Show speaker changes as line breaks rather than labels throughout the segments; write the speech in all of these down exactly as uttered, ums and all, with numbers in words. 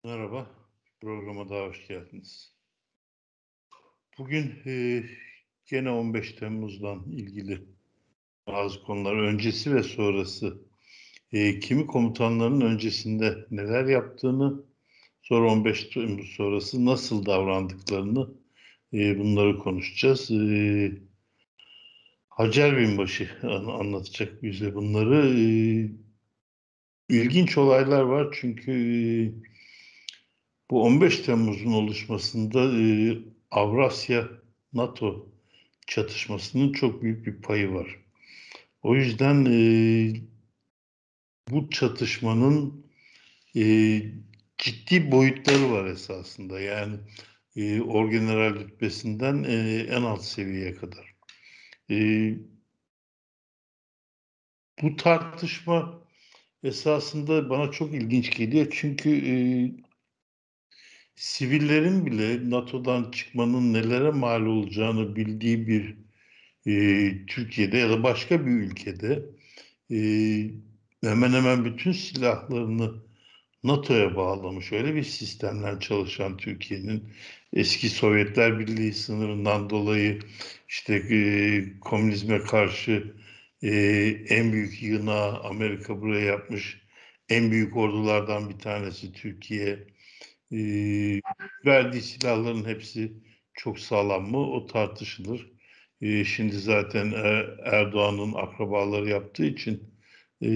Merhaba, programa daha hoş geldiniz. Bugün e, gene on beş Temmuz'dan ilgili bazı konular, öncesi ve sonrası, e, kimi komutanların öncesinde neler yaptığını, sonra on beş Temmuz sonrası nasıl davrandıklarını, e, bunları konuşacağız. E, Hacer Binbaşı an- anlatacak bize bunları. E, ilginç olaylar var çünkü e, bu on beş Temmuz'un oluşmasında e, Avrasya NATO çatışmasının çok büyük bir payı var. O yüzden e, bu çatışmanın e, ciddi boyutları var esasında. Yani e, orgeneral rütbesinden e, en alt seviyeye kadar. E, Bu tartışma esasında bana çok ilginç geliyor. Çünkü e, sivillerin bile NATO'dan çıkmanın nelere mal olacağını bildiği bir e, Türkiye'de ya da başka bir ülkede e, hemen hemen bütün silahlarını NATO'ya bağlamış. Öyle bir sistemden çalışan Türkiye'nin eski Sovyetler Birliği sınırından dolayı işte e, komünizme karşı e, en büyük yığınağı Amerika buraya yapmış. En büyük ordulardan bir tanesi Türkiye. E, Verdiği silahların hepsi çok sağlam mı? O tartışılır. E, şimdi zaten Er- Erdoğan'ın akrabaları yaptığı için e,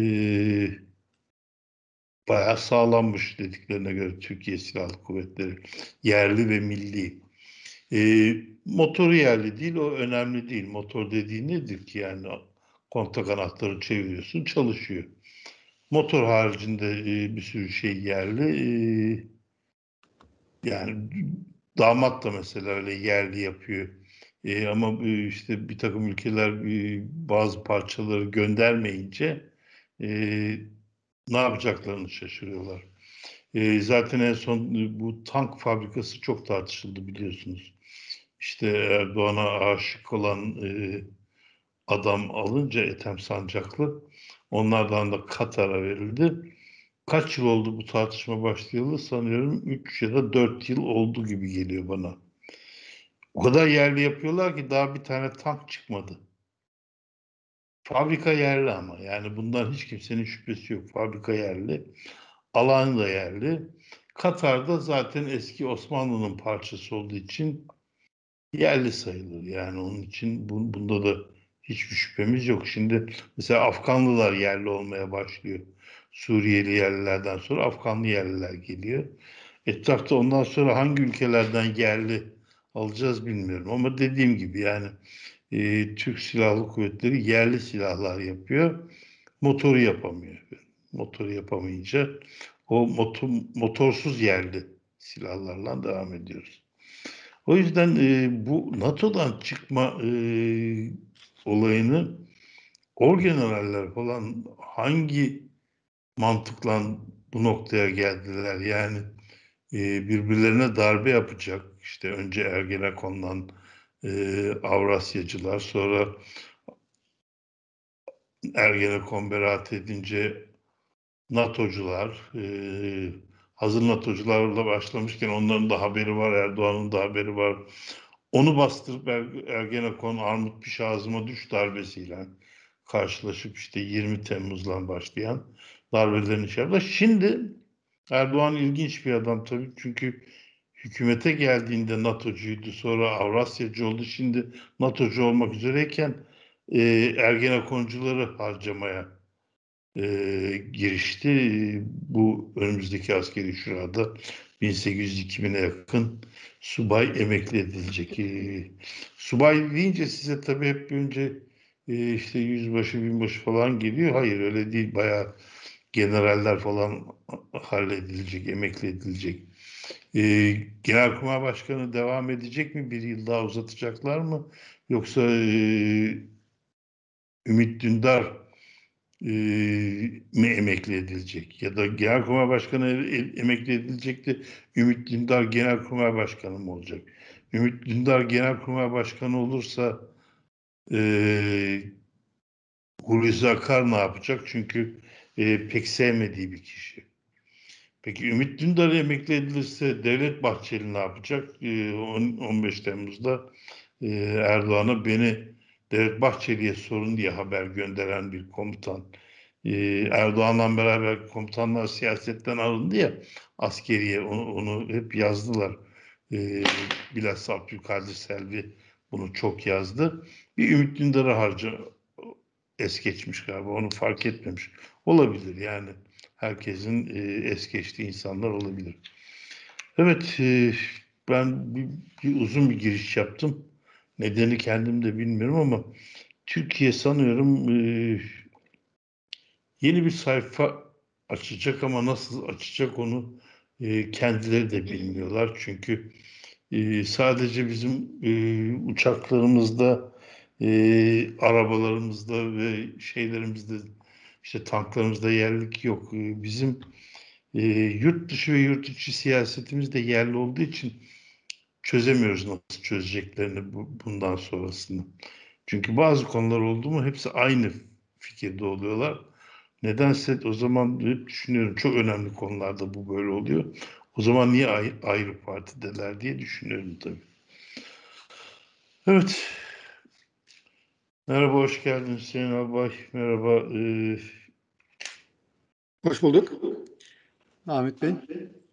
bayağı sağlammış dediklerine göre Türkiye Silahlı Kuvvetleri. Yerli ve milli. E, Motoru yerli değil, o önemli değil. Motor dediğin nedir ki yani? Kontak anahtarı çeviriyorsun, çalışıyor. Motor haricinde e, bir sürü şey yerli. E, Yani damat da mesela öyle yerli yapıyor. E, ama e, işte bir takım ülkeler e, bazı parçaları göndermeyince e, ne yapacaklarını şaşırıyorlar. E, zaten en son e, bu tank fabrikası çok tartışıldı biliyorsunuz. İşte Erdoğan'a aşık olan e, adam alınca Ethem Sancaklı, onlardan da Katar'a verildi. Kaç yıl oldu bu tartışma başlayalı? Sanıyorum üç ya da dört yıl oldu gibi geliyor bana. O kadar yerli yapıyorlar ki daha bir tane tank çıkmadı. Fabrika yerli ama. Yani bundan hiç kimsenin şüphesi yok. Fabrika yerli. Alan da yerli. Katar'da zaten eski Osmanlı'nın parçası olduğu için yerli sayılır. Yani onun için bu, bunda da hiçbir şüphemiz yok. Şimdi mesela Afganlılar yerli olmaya başlıyor. Suriyeli yerlilerden sonra Afganlı yerliler geliyor. Etrafta ondan sonra hangi ülkelerden yerli alacağız bilmiyorum. Ama dediğim gibi yani e, Türk Silahlı Kuvvetleri yerli silahlar yapıyor. Motoru yapamıyor. Motoru yapamayınca o motor, motorsuz yerli silahlarla devam ediyoruz. O yüzden e, bu NATO'dan çıkma e, olayını orgeneraller falan hangi mantıkla bu noktaya geldiler? Yani e, birbirlerine darbe yapacak. İşte önce Ergenekon'dan e, Avrasyacılar, sonra Ergenekon beraat edince NATO'cular, e, hazır NATO'cularla başlamışken onların da haberi var, Erdoğan'ın da haberi var. Onu bastırıp er, Ergenekon armut piş ağzıma düş darbesiyle karşılaşıp işte yirmi Temmuz'dan başlayan darbelerin içerisinde. Şimdi Erdoğan ilginç bir adam tabii çünkü hükümete geldiğinde NATO'cuydu, sonra Avrasyacı oldu, şimdi NATO'cu olmak üzereyken e, Ergenekoncuları harcamaya e, girişti. E, Bu önümüzdeki askeri şurada bin sekiz yüz iki bine yakın subay emekli edilecek. E, subay deyince size tabii hep önce e, işte yüzbaşı, binbaşı falan geliyor. Hayır öyle değil. Bayağı generaller falan halledilecek, emekli edilecek. E, Genelkurmay Başkanı devam edecek mi? Bir yıl daha uzatacaklar mı? Yoksa e, Ümit Dündar e, mi emekli edilecek? Ya da Genelkurmay Başkanı e- emekli edilecekti. Ümit Dündar Genelkurmay Başkanı mı olacak? Ümit Dündar Genelkurmay Başkanı olursa e, Hulusi Akar ne yapacak? Çünkü e, pek sevmediği bir kişi. Peki Ümit Dündar emekli edilirse Devlet Bahçeli ne yapacak? Ee, on beş Temmuz'da e, Erdoğan'a beni Devlet Bahçeli'ye sorun diye haber gönderen bir komutan. Ee, Erdoğan'la beraber komutanlar siyasetten alındı ya askeriye onu, onu hep yazdılar. Ee, bilhassa Abdülkadir Selvi bunu çok yazdı. Bir Ümit Dündar'ı harca es geçmiş galiba onu fark etmemiş. Olabilir yani. Herkesin e, es geçtiği insanlar olabilir. Evet, e, ben bir, bir uzun bir giriş yaptım. Nedeni kendim de bilmiyorum ama Türkiye sanıyorum e, yeni bir sayfa açacak ama nasıl açacak onu e, kendileri de bilmiyorlar. Çünkü e, sadece bizim e, uçaklarımızda, e, arabalarımızda ve şeylerimizde, işte tanklarımızda yerlik yok. E, bizim e, yurt dışı ve yurt içi siyasetimiz de yerli olduğu için çözemiyoruz nasıl çözeceklerini bu, bundan sonrasını. Çünkü bazı konular oldu mu hepsi aynı fikirde oluyorlar. Nedense o zaman hep düşünüyorum çok önemli konularda bu böyle oluyor. O zaman niye ayrı, ayrı partideler diye düşünüyorum tabii. Evet. Merhaba, hoş geldin Hüseyin Albay. Merhaba. Ee,
Hoş bulduk. Ahmet Bey.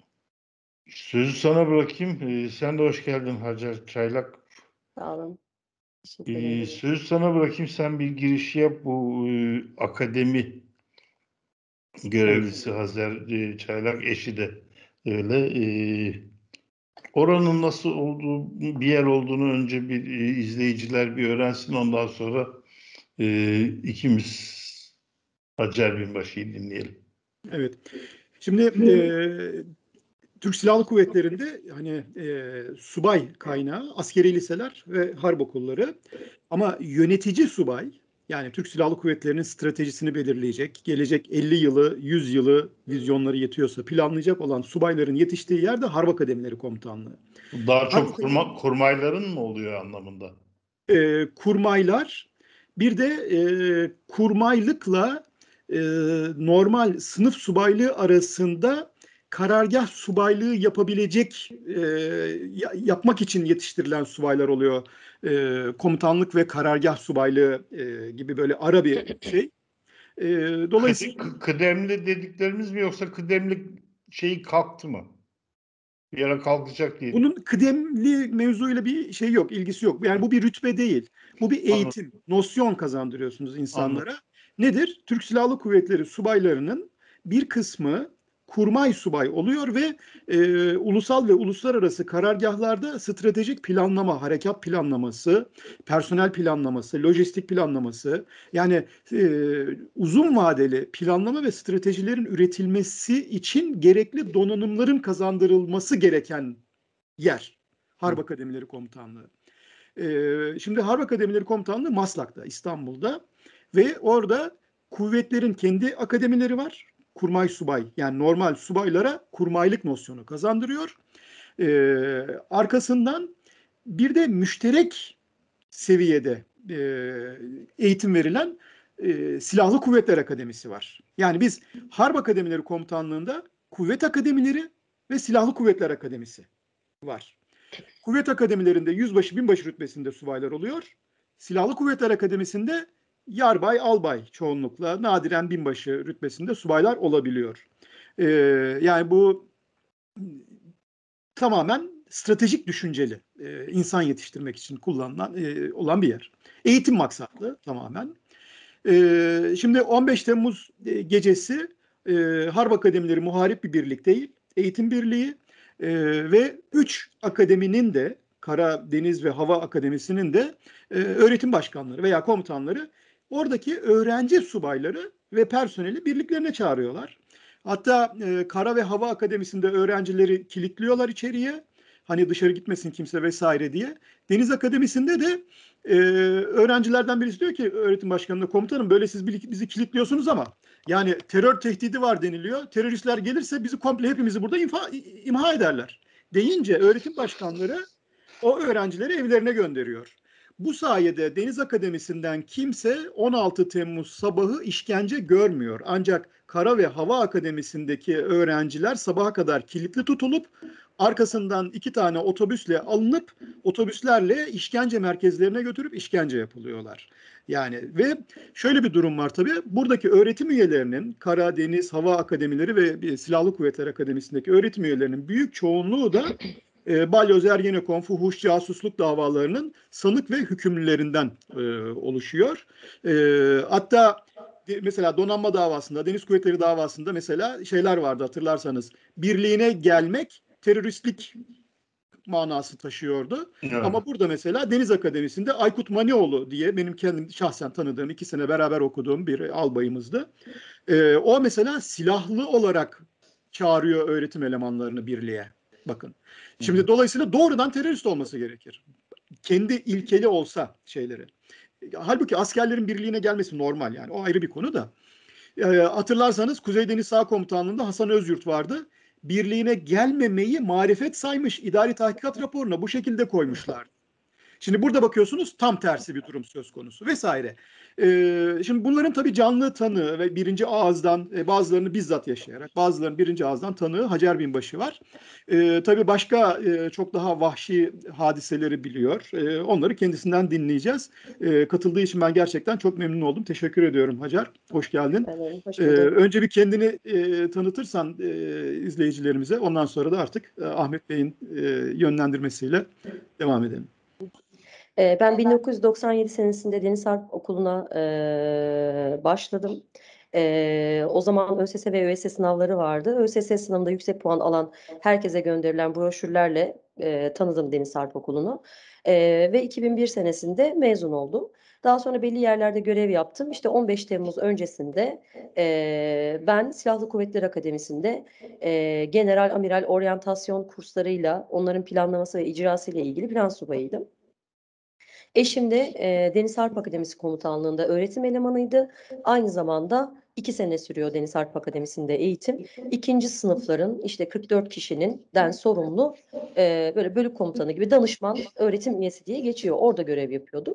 sözü sana bırakayım. Ee, sen de hoş geldin Hacer Çaylak.
Sağ olun. Teşekkür
Ee,
ederim.
sözü sana bırakayım. Sen bir giriş yap. Bu e, akademi görevlisi Hacer e, Çaylak, eşi de öyle. Ee, oranın nasıl olduğu, bir yer olduğunu önce bir e, izleyiciler bir öğrensin. Ondan sonra e, ikimiz Hacer Binbaşı'yı dinleyelim.
Evet. Şimdi e, Türk Silahlı Kuvvetleri'nde hani e, subay kaynağı askeri liseler ve harp okulları ama yönetici subay yani Türk Silahlı Kuvvetleri'nin stratejisini belirleyecek, gelecek elli yılı, yüz yılı vizyonları yetiyorsa planlayacak olan subayların yetiştiği yerde Harp Akademileri Komutanlığı.
Daha
Harp
çok kurma, kurmayların mı oluyor anlamında?
E, kurmaylar bir de e, kurmaylıkla e, normal sınıf subaylığı arasında karargah subaylığı yapabilecek e, yapmak için yetiştirilen subaylar oluyor. E, komutanlık ve karargah subaylığı e, gibi böyle ara bir şey. E, dolayısıyla
Kıdemli dediklerimiz mi yoksa kıdemli şeyi kalktı mı? Bir yere kalkacak diye.
bunun kıdemli mevzuyla bir şey yok, ilgisi yok. Yani bu bir rütbe değil. Bu bir
Anladım.
eğitim, nosyon kazandırıyorsunuz insanlara.
Anladım.
Nedir? Türk Silahlı Kuvvetleri subaylarının bir kısmı kurmay subay oluyor ve e, ulusal ve uluslararası karargahlarda stratejik planlama, harekat planlaması, personel planlaması, lojistik planlaması, yani e, uzun vadeli planlama ve stratejilerin üretilmesi için gerekli donanımların kazandırılması gereken yer. Harp Akademileri Komutanlığı. Ee, şimdi Harp Akademileri Komutanlığı Maslak'ta, İstanbul'da ve orada kuvvetlerin kendi akademileri var. Kurmay subay yani normal subaylara kurmaylık nosyonu kazandırıyor. Ee, arkasından bir de müşterek seviyede e, eğitim verilen e, Silahlı Kuvvetler Akademisi var. Yani biz Harp Akademileri Komutanlığı'nda Kuvvet Akademileri ve Silahlı Kuvvetler Akademisi var. Kuvvet akademilerinde yüzbaşı, binbaşı rütbesinde subaylar oluyor. Silahlı Kuvvetler Akademisi'nde yarbay, albay çoğunlukla, nadiren binbaşı rütbesinde subaylar olabiliyor. Ee, yani bu tamamen stratejik düşünceli, e, insan yetiştirmek için kullanılan e, olan bir yer. Eğitim maksatlı tamamen. E, şimdi on beş Temmuz gecesi e, Harp Akademileri muharip bir birlik değil, eğitim birliği. Ee, ve üç akademinin de Kara, Deniz ve Hava Akademisi'nin de e, öğretim başkanları veya komutanları oradaki öğrenci subayları ve personeli birliklerine çağırıyorlar. Hatta e, Kara ve Hava Akademisi'nde öğrencileri kilitliyorlar içeriye. Hani dışarı gitmesin kimse vesaire diye. Deniz Akademisi'nde de e, öğrencilerden birisi diyor ki öğretim başkanına, komutanım böyle siz bizi kilitliyorsunuz ama yani terör tehdidi var deniliyor. Teröristler gelirse bizi komple hepimizi burada imha, imha ederler deyince öğretim başkanları o öğrencileri evlerine gönderiyor. Bu sayede Deniz Akademisi'nden kimse on altı Temmuz sabahı işkence görmüyor. Ancak Kara ve Hava Akademisi'ndeki öğrenciler sabaha kadar kilitli tutulup arkasından iki tane otobüsle alınıp otobüslerle işkence merkezlerine götürüp işkence yapılıyorlar. Yani ve şöyle bir durum var tabii. Buradaki öğretim üyelerinin Kara, Deniz, Hava Akademileri ve Silahlı Kuvvetler Akademisi'ndeki öğretim üyelerinin büyük çoğunluğu da e, Balyoz, Ergenekon, fuhuş, casusluk davalarının sanık ve hükümlülerinden e, oluşuyor. E, hatta mesela donanma davasında, Deniz Kuvvetleri davasında mesela şeyler vardı hatırlarsanız. Birliğine gelmek teröristlik manası taşıyordu.
Evet.
Ama burada mesela Deniz Akademisi'nde Aykut Manioğlu diye benim kendim şahsen tanıdığım, iki sene beraber okuduğum bir albayımızdı. E, o mesela silahlı olarak çağırıyor öğretim elemanlarını birliğe. Bakın. Şimdi dolayısıyla doğrudan terörist olması gerekir. Kendi ilkeli olsa şeyleri. Halbuki askerlerin birliğine gelmesi normal yani. O ayrı bir konu da. E, hatırlarsanız Kuzey Deniz Sağ Komutanlığı'nda Hasan Özyurt vardı. Birliğine gelmemeyi marifet saymış. İdari tahkikat raporuna bu şekilde koymuşlar. Şimdi burada bakıyorsunuz tam tersi bir durum söz konusu vesaire. Ee, şimdi bunların tabii canlı tanığı ve birinci ağızdan e, bazılarını bizzat yaşayarak bazılarının birinci ağızdan tanığı Hacer Binbaşı var. Ee, tabii başka e, çok daha vahşi hadiseleri biliyor. E, onları kendisinden dinleyeceğiz. E, katıldığı için ben gerçekten çok memnun oldum. Teşekkür ediyorum Hacer. Hoş geldin.
Evet, hoş
Ee,
bulduk.
önce bir kendini e, tanıtırsan e, izleyicilerimize ondan sonra da artık e, Ahmet Bey'in e, yönlendirmesiyle devam edelim.
Ee, Ben bin dokuz yüz doksan yedi senesinde Deniz Harp Okulu'na e, başladım. E, o zaman ÖSS ve ÖSS sınavları vardı. ÖSS sınavında yüksek puan alan herkese gönderilen broşürlerle e, tanıdım Deniz Harp Okulu'nu. E, ve iki bin bir senesinde mezun oldum. Daha sonra belli yerlerde görev yaptım. İşte on beş Temmuz öncesinde e, ben Silahlı Kuvvetler Akademisi'nde e, general amiral oryantasyon kurslarıyla onların planlaması ve icrası ile ilgili plan subayıydım. Eşim de e, Deniz Harp Akademisi Komutanlığı'nda öğretim elemanıydı. Aynı zamanda iki sene sürüyor Deniz Harp Akademisi'nde eğitim. İkinci sınıfların işte kırk dört kişinin den sorumlu e, böyle bölük komutanı gibi danışman öğretim üyesi diye geçiyor. Orada görev yapıyordum.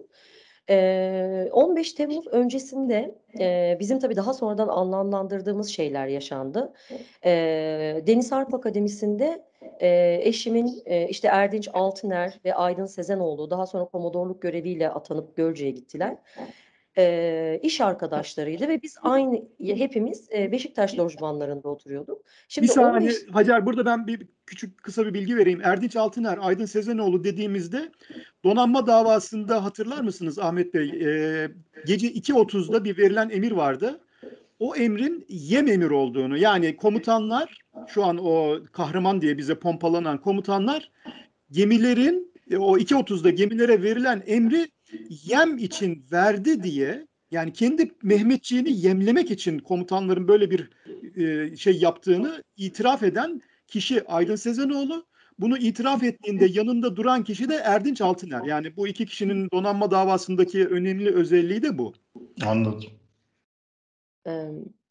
E, on beş Temmuz öncesinde e, bizim tabii daha sonradan anlamlandırdığımız şeyler yaşandı. E, Deniz Harp Akademisi'nde e, eşimin e, işte Erdinç Altıner ve Aydın Sezenoğlu daha sonra komodorluk göreviyle atanıp Gölce'ye gittiler. E, iş arkadaşlarıydı ve biz aynı hepimiz e, Beşiktaş lojmanlarında oturuyorduk.
Bir
Şimdi
saniye
on beş
Hacer, burada ben bir küçük kısa bir bilgi vereyim. Erdinç Altıner, Aydın Sezenoğlu dediğimizde donanma davasında hatırlar mısınız Ahmet Bey? Ee, gece iki otuzda bir verilen emir vardı. O emrin yem emir olduğunu, yani komutanlar, şu an o kahraman diye bize pompalanan komutanlar gemilerin e, o iki otuzda gemilere verilen emri yem için verdi diye, yani kendi Mehmetçiğini yemlemek için komutanların böyle bir e, şey yaptığını itiraf eden kişi Aydın Sezenoğlu. Bunu itiraf ettiğinde yanında duran kişi de Erdinç Altıner. Yani bu iki kişinin donanma davasındaki önemli özelliği de bu.
Anladım.
e,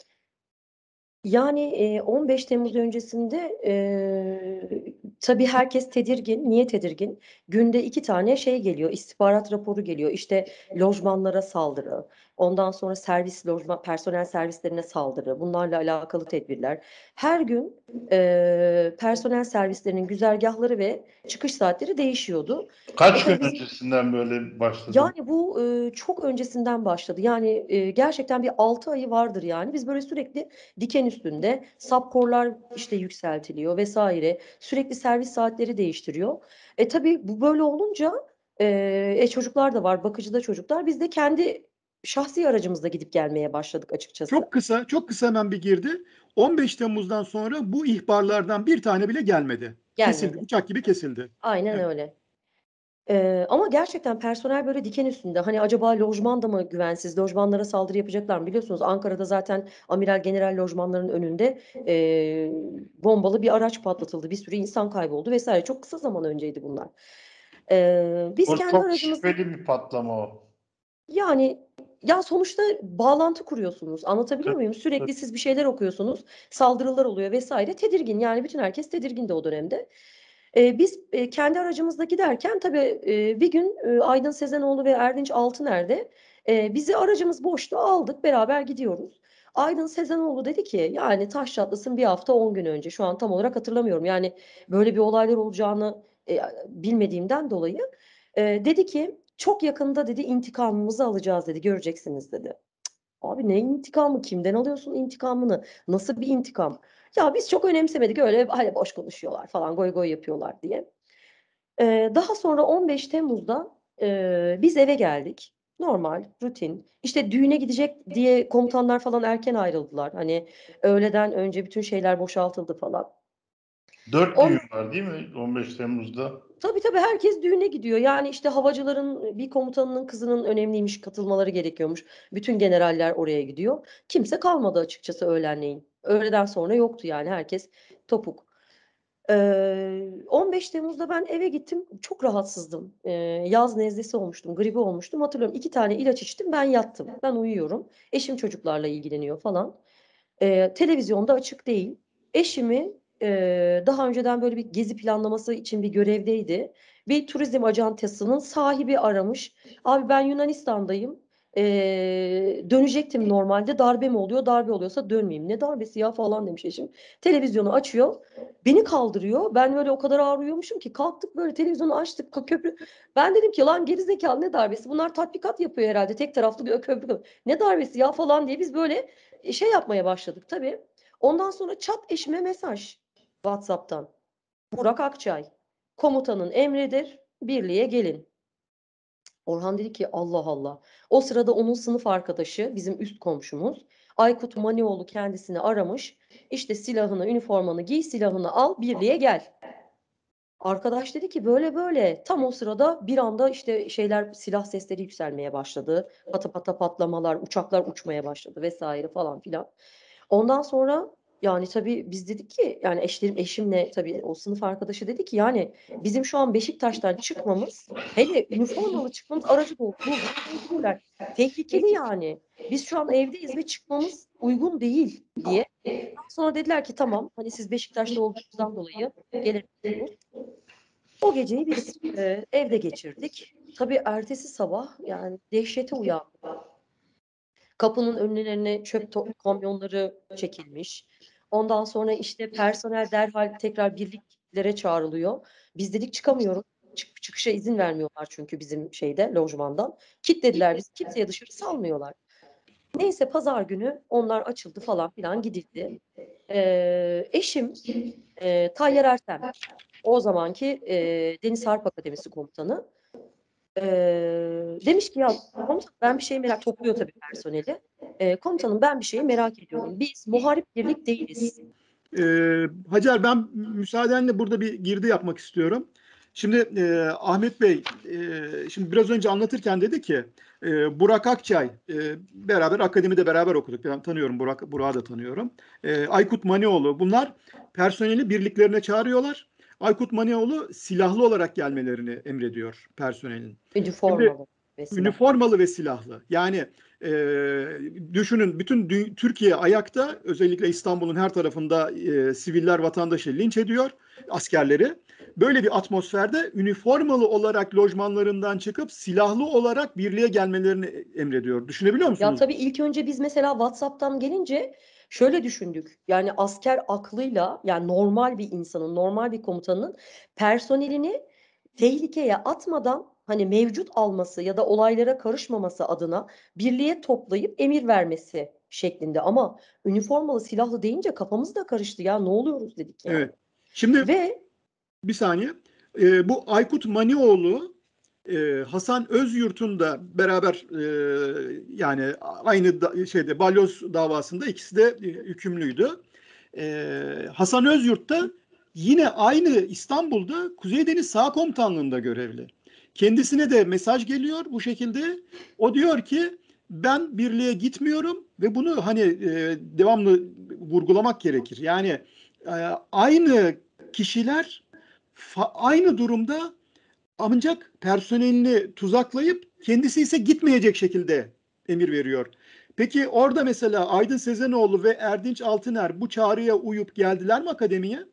Yani e, on beş Temmuz öncesinde e, tabii herkes tedirgin. Niye tedirgin? Günde iki tane şey geliyor, istihbarat raporu geliyor. İşte lojmanlara saldırı, ondan sonra servis lojman, personel servislerine saldırı, bunlarla alakalı tedbirler. Her gün e, personel servislerinin güzergahları ve çıkış saatleri değişiyordu. E
Kaç gün
tabii biz
öncesinden böyle başladı?
yani bu e, çok öncesinden başladı. Yani e, gerçekten bir altı ayı vardır yani. Biz böyle sürekli diken üstünde sapkorlar işte yükseltiliyor vesaire. Sürekli servis saatleri değiştiriyor. E tabii bu böyle olunca e, e, çocuklar da var, bakıcıda çocuklar. Biz de kendi şahsi aracımızla gidip gelmeye başladık açıkçası.
Çok kısa, çok kısa hemen bir girdi. on beş Temmuz'dan sonra bu ihbarlardan bir tane bile gelmedi. Kesildi,
Gelmedi.
uçak gibi kesildi.
Aynen
Evet.
öyle. Ee, ama gerçekten personel böyle diken üstünde. Hani acaba lojman da mı güvensiz? Lojmanlara saldırı yapacaklar mı? Biliyorsunuz Ankara'da zaten amiral general lojmanların önünde e, bombalı bir araç patlatıldı. Bir sürü insan kayboldu vesaire. Çok kısa zaman önceydi bunlar. Ee, biz
O
kendi
çok
aracımızla
şüpheli bir patlama o.
yani ya sonuçta bağlantı kuruyorsunuz. Anlatabiliyor muyum? Sürekli siz bir şeyler okuyorsunuz. Saldırılar oluyor vesaire. Tedirgin. Yani bütün herkes tedirgindi o dönemde. E, biz e, kendi aracımızla giderken tabii e, bir gün e, Aydın Sezenoğlu ve Erdinç Altıner'de e, bizi aracımız boştu, aldık, beraber gidiyoruz. Aydın Sezenoğlu dedi ki yani taş çatlasın bir hafta on gün önce, şu an tam olarak hatırlamıyorum. Yani böyle bir olaylar olacağını e, bilmediğimden dolayı e, dedi ki çok yakında dedi intikamımızı alacağız dedi, göreceksiniz dedi. Abi ne intikamı? Kimden alıyorsun intikamını? Nasıl bir intikam? Ya biz çok önemsemedik, öyle hani boş konuşuyorlar falan, goy goy yapıyorlar diye. Ee, daha sonra on beş Temmuz'da e, biz eve geldik. Normal, rutin. İşte düğüne gidecek diye komutanlar falan erken ayrıldılar. Hani öğleden önce bütün şeyler boşaltıldı falan.
Dört
On,
düğün var değil mi on beş Temmuz'da?
tabii tabii herkes düğüne gidiyor. Yani işte havacıların bir komutanının kızının önemliymiş, katılmaları gerekiyormuş. Bütün generaller oraya gidiyor. Kimse kalmadı açıkçası öğlenleyin. Öğleden sonra yoktu yani, herkes topuk. Ee, on beş Temmuz'da ben eve gittim. Çok rahatsızdım. Ee, yaz nezlesi olmuştum, gribi olmuştum. Hatırlıyorum, iki tane ilaç içtim, ben yattım. Ben uyuyorum. Eşim çocuklarla ilgileniyor falan. Ee, televizyonda açık değil. Eşimi e, daha önceden böyle bir gezi planlaması için bir görevdeydi. Bir turizm ajantasının sahibi aramış. Abi ben Yunanistan'dayım. Ee, dönecektim normalde. Darbe mi oluyor? Darbe oluyorsa dönmeyeyim. Ne darbesi ya falan demiş eşim. Televizyonu açıyor. Beni kaldırıyor. Ben böyle o kadar ağır uyumuşum ki, kalktık böyle televizyonu açtık, ka- köprü. Ben dedim ki lan gerizekalı, ne darbesi? Bunlar tatbikat yapıyor herhalde. Tek taraflı bir köprü. Ne darbesi ya falan diye biz böyle e, şey yapmaya başladık tabii. Ondan sonra çat eşime mesaj WhatsApp'tan. Burak Akçay, komutanın emridir, birliğe gelin. Orhan dedi ki Allah Allah. O sırada onun sınıf arkadaşı, bizim üst komşumuz Aykut Manioğlu kendisini aramış. İşte silahını, üniformanı giy, silahını al, birliğe gel. Arkadaş dedi ki böyle böyle. Tam o sırada bir anda işte şeyler, silah sesleri yükselmeye başladı. Pata pata patlamalar, uçaklar uçmaya başladı vesaire falan filan. Ondan sonra yani tabii biz dedik ki, yani eşlerim, eşimle tabii o sınıf arkadaşı dedi ki yani bizim şu an Beşiktaş'tan çıkmamız, hele üniformalı çıkmamız, aracı bul, buldular öldürürler. Tehlikeli yani. Biz şu an evdeyiz ve çıkmamız uygun değil diye. Daha sonra dediler ki tamam, hani siz Beşiktaş'ta olduğunuzdan dolayı gelebilirsiniz. O geceyi biz e, evde geçirdik. Tabii ertesi sabah yani dehşete uyandık. Kapının önlerine çöp to- kamyonları çekilmiş. Ondan sonra işte personel derhal tekrar birliklere çağrılıyor. Biz dedik çıkamıyoruz. Çık çıkışa izin vermiyorlar çünkü bizim şeyde, lojmandan. Kilitlediler bizi. Kimseye dışarı salmıyorlar. Neyse pazar günü onlar açıldı falan filan, gidildi. Ee, eşim e, Tayyar Ertem. O zamanki e, Deniz Harp Akademisi komutanı. Ee, demiş ki ya komutanım ben bir şey merak, topluyor tabii personeli. Ee, komutanım ben bir şeyi merak ediyorum. Biz muharip birlik değiliz.
Ee, Hacer, ben müsaadenle burada bir girdi yapmak istiyorum. Şimdi e, Ahmet Bey, e, şimdi biraz önce anlatırken dedi ki e, Burak Akçay, e, beraber akademide beraber okuduk. Ben tanıyorum Burak, Burak'ı da tanıyorum. E, Aykut Manioğlu, bunlar personeli birliklerine çağırıyorlar. Aykut Manioğlu silahlı olarak gelmelerini emrediyor personelin. Şimdi
Üniformalı ve silah.
üniformalı ve silahlı. Yani e, düşünün, bütün dü- Türkiye ayakta, özellikle İstanbul'un her tarafında e, siviller vatandaşı linç ediyor, askerleri. Böyle bir atmosferde üniformalı olarak lojmanlarından çıkıp silahlı olarak birliğe gelmelerini emrediyor. Düşünebiliyor
Ya
musunuz?
tabii ilk önce biz mesela WhatsApp'tan gelince şöyle düşündük. Yani asker aklıyla, yani normal bir insanın, normal bir komutanın personelini tehlikeye atmadan, hani mevcut alması ya da olaylara karışmaması adına birliğe toplayıp emir vermesi şeklinde. Ama üniformalı silahlı deyince kafamız da karıştı, ya ne oluyoruz dedik yani.
Evet. Şimdi
Ve
bir saniye. E, bu Aykut Manioğlu, e, Hasan Özyurt'un da beraber, e, yani aynı da, şeyde balyoz davasında ikisi de e, hükümlüydü. E, Hasan Özyurt da yine aynı İstanbul'da Kuzey Deniz Sağ Komutanlığı'nda görevli. Kendisine de mesaj geliyor bu şekilde. O diyor ki ben birliğe gitmiyorum ve bunu hani e, devamlı vurgulamak gerekir. Yani e, aynı kişiler aynı durumda, ancak personelini tuzaklayıp kendisi ise gitmeyecek şekilde emir veriyor. Peki orada mesela Aydın Sezenoğlu ve Erdinç Altıner bu çağrıya uyup geldiler mi akademiye?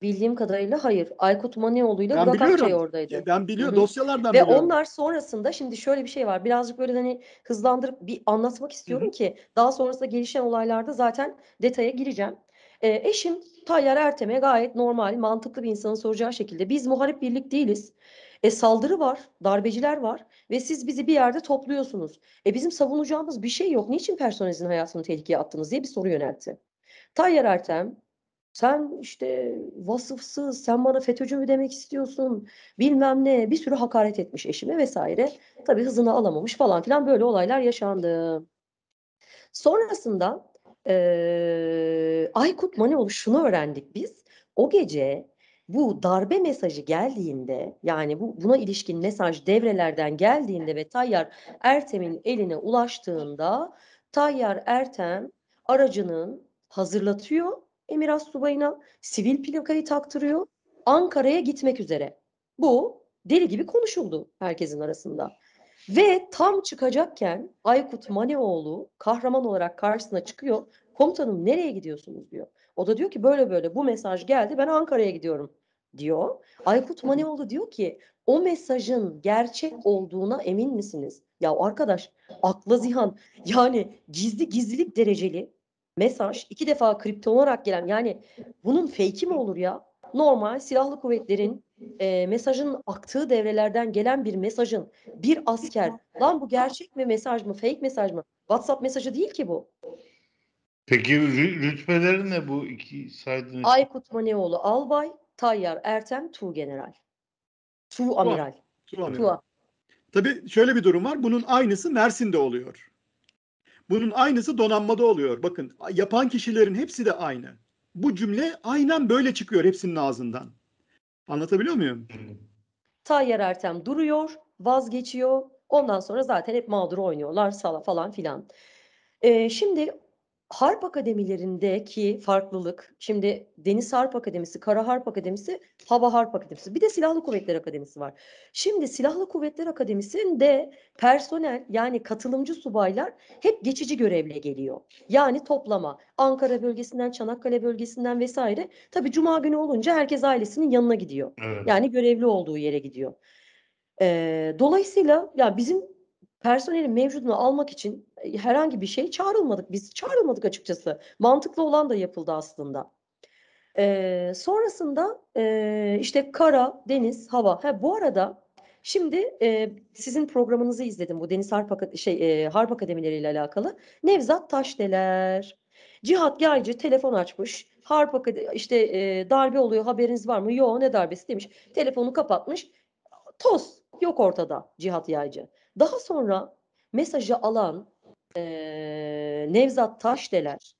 Bildiğim kadarıyla hayır. Aykut Manioğlu ile
Ben
Burak Akçay
biliyorum.
oradaydı.
Ben
Hı
biliyorum.
hı.
Dosyalardan
Ve
biliyorum.
onlar sonrasında şimdi şöyle bir şey var. Birazcık böyle hani hızlandırıp bir anlatmak
Hı
istiyorum
hı.
ki daha sonrasında gelişen olaylarda zaten detaya gireceğim. Ee, eşim Tayyar Ertem'e gayet normal, mantıklı bir insanın soracağı şekilde biz muharip birlik değiliz. E, saldırı var, darbeciler var ve siz bizi bir yerde topluyorsunuz. E, bizim savunacağımız bir şey yok. Niçin personelinizin hayatını tehlikeye attınız diye bir soru yöneltti. Tayyar Ertem, sen işte vasıfsız, sen bana FETÖ'cü mü demek istiyorsun, bilmem ne, bir sürü hakaret etmiş eşime vesaire. Tabii hızını alamamış falan filan böyle olaylar yaşandı. Sonrasında eee Aykut Manioğlu şunu öğrendik biz. O gece bu darbe mesajı geldiğinde yani bu buna ilişkin mesaj devrelerden geldiğinde ve Tayyar Ertem'in eline ulaştığında Tayyar Ertem aracının hazırlatıyor Emir Astsubay'ına sivil plakayı taktırıyor Ankara'ya gitmek üzere. Bu deli gibi konuşuldu herkesin arasında. Ve tam çıkacakken Aykut Manioğlu kahraman olarak karşısına çıkıyor. Komutanım nereye gidiyorsunuz diyor. O da diyor ki böyle böyle bu mesaj geldi ben Ankara'ya gidiyorum diyor. Aykut Manioğlu diyor ki o mesajın gerçek olduğuna emin misiniz? Ya arkadaş akla zihan yani gizli gizlilik dereceli mesaj iki defa kripto olarak gelen yani bunun fake'i mi olur ya? Normal silahlı kuvvetlerin e, mesajın aktığı devrelerden gelen bir mesajın bir asker lan bu gerçek mi mesaj mı fake mesaj mı WhatsApp mesajı değil ki bu.
Peki rü- rütbeleri ne bu iki saydığın isim?
Aykut Manioğlu albay, Tayyar Ertem tuğgeneral.
Tuğ,
Tuğamiral.
Tuğ amiral.
Tuğ.
Tabii şöyle bir durum var. Bunun aynısı Mersin'de oluyor. Bunun aynısı donanmada oluyor. Bakın yapan kişilerin hepsi de aynı. Bu cümle aynen böyle çıkıyor hepsinin ağzından. Anlatabiliyor muyum?
Tayyar Ertem duruyor, vazgeçiyor. Ondan sonra zaten hep mağdur oynuyorlar sala falan filan. Ee, şimdi Harp Akademilerindeki farklılık, şimdi Deniz Harp Akademisi, Kara Harp Akademisi, Hava Harp Akademisi, bir de Silahlı Kuvvetler Akademisi var. Şimdi Silahlı Kuvvetler Akademisi'nde personel yani katılımcı subaylar hep geçici görevle geliyor. Yani toplama Ankara bölgesinden, Çanakkale bölgesinden vesaire. Tabii Cuma günü olunca herkes ailesinin yanına gidiyor.
Evet.
Yani görevli olduğu yere gidiyor. Ee, dolayısıyla ya bizim personelin mevcudunu almak için e, herhangi bir şey çağrılmadık. Biz çağrılmadık açıkçası. Mantıklı olan da yapıldı aslında. Ee, sonrasında e, işte kara, deniz, hava. Ha, bu arada şimdi e, sizin programınızı izledim. Bu Deniz Harp, Ak- şey, e, Harp Akademileri ile alakalı. Nevzat Taşdeler. Cihat Yaycı telefon açmış. Harp Akademi işte e, darbe oluyor haberiniz var mı? Yok ne darbesi demiş. Telefonu kapatmış. Toz yok ortada Cihat Yaycı. Daha sonra mesajı alan e, Nevzat Taşdeler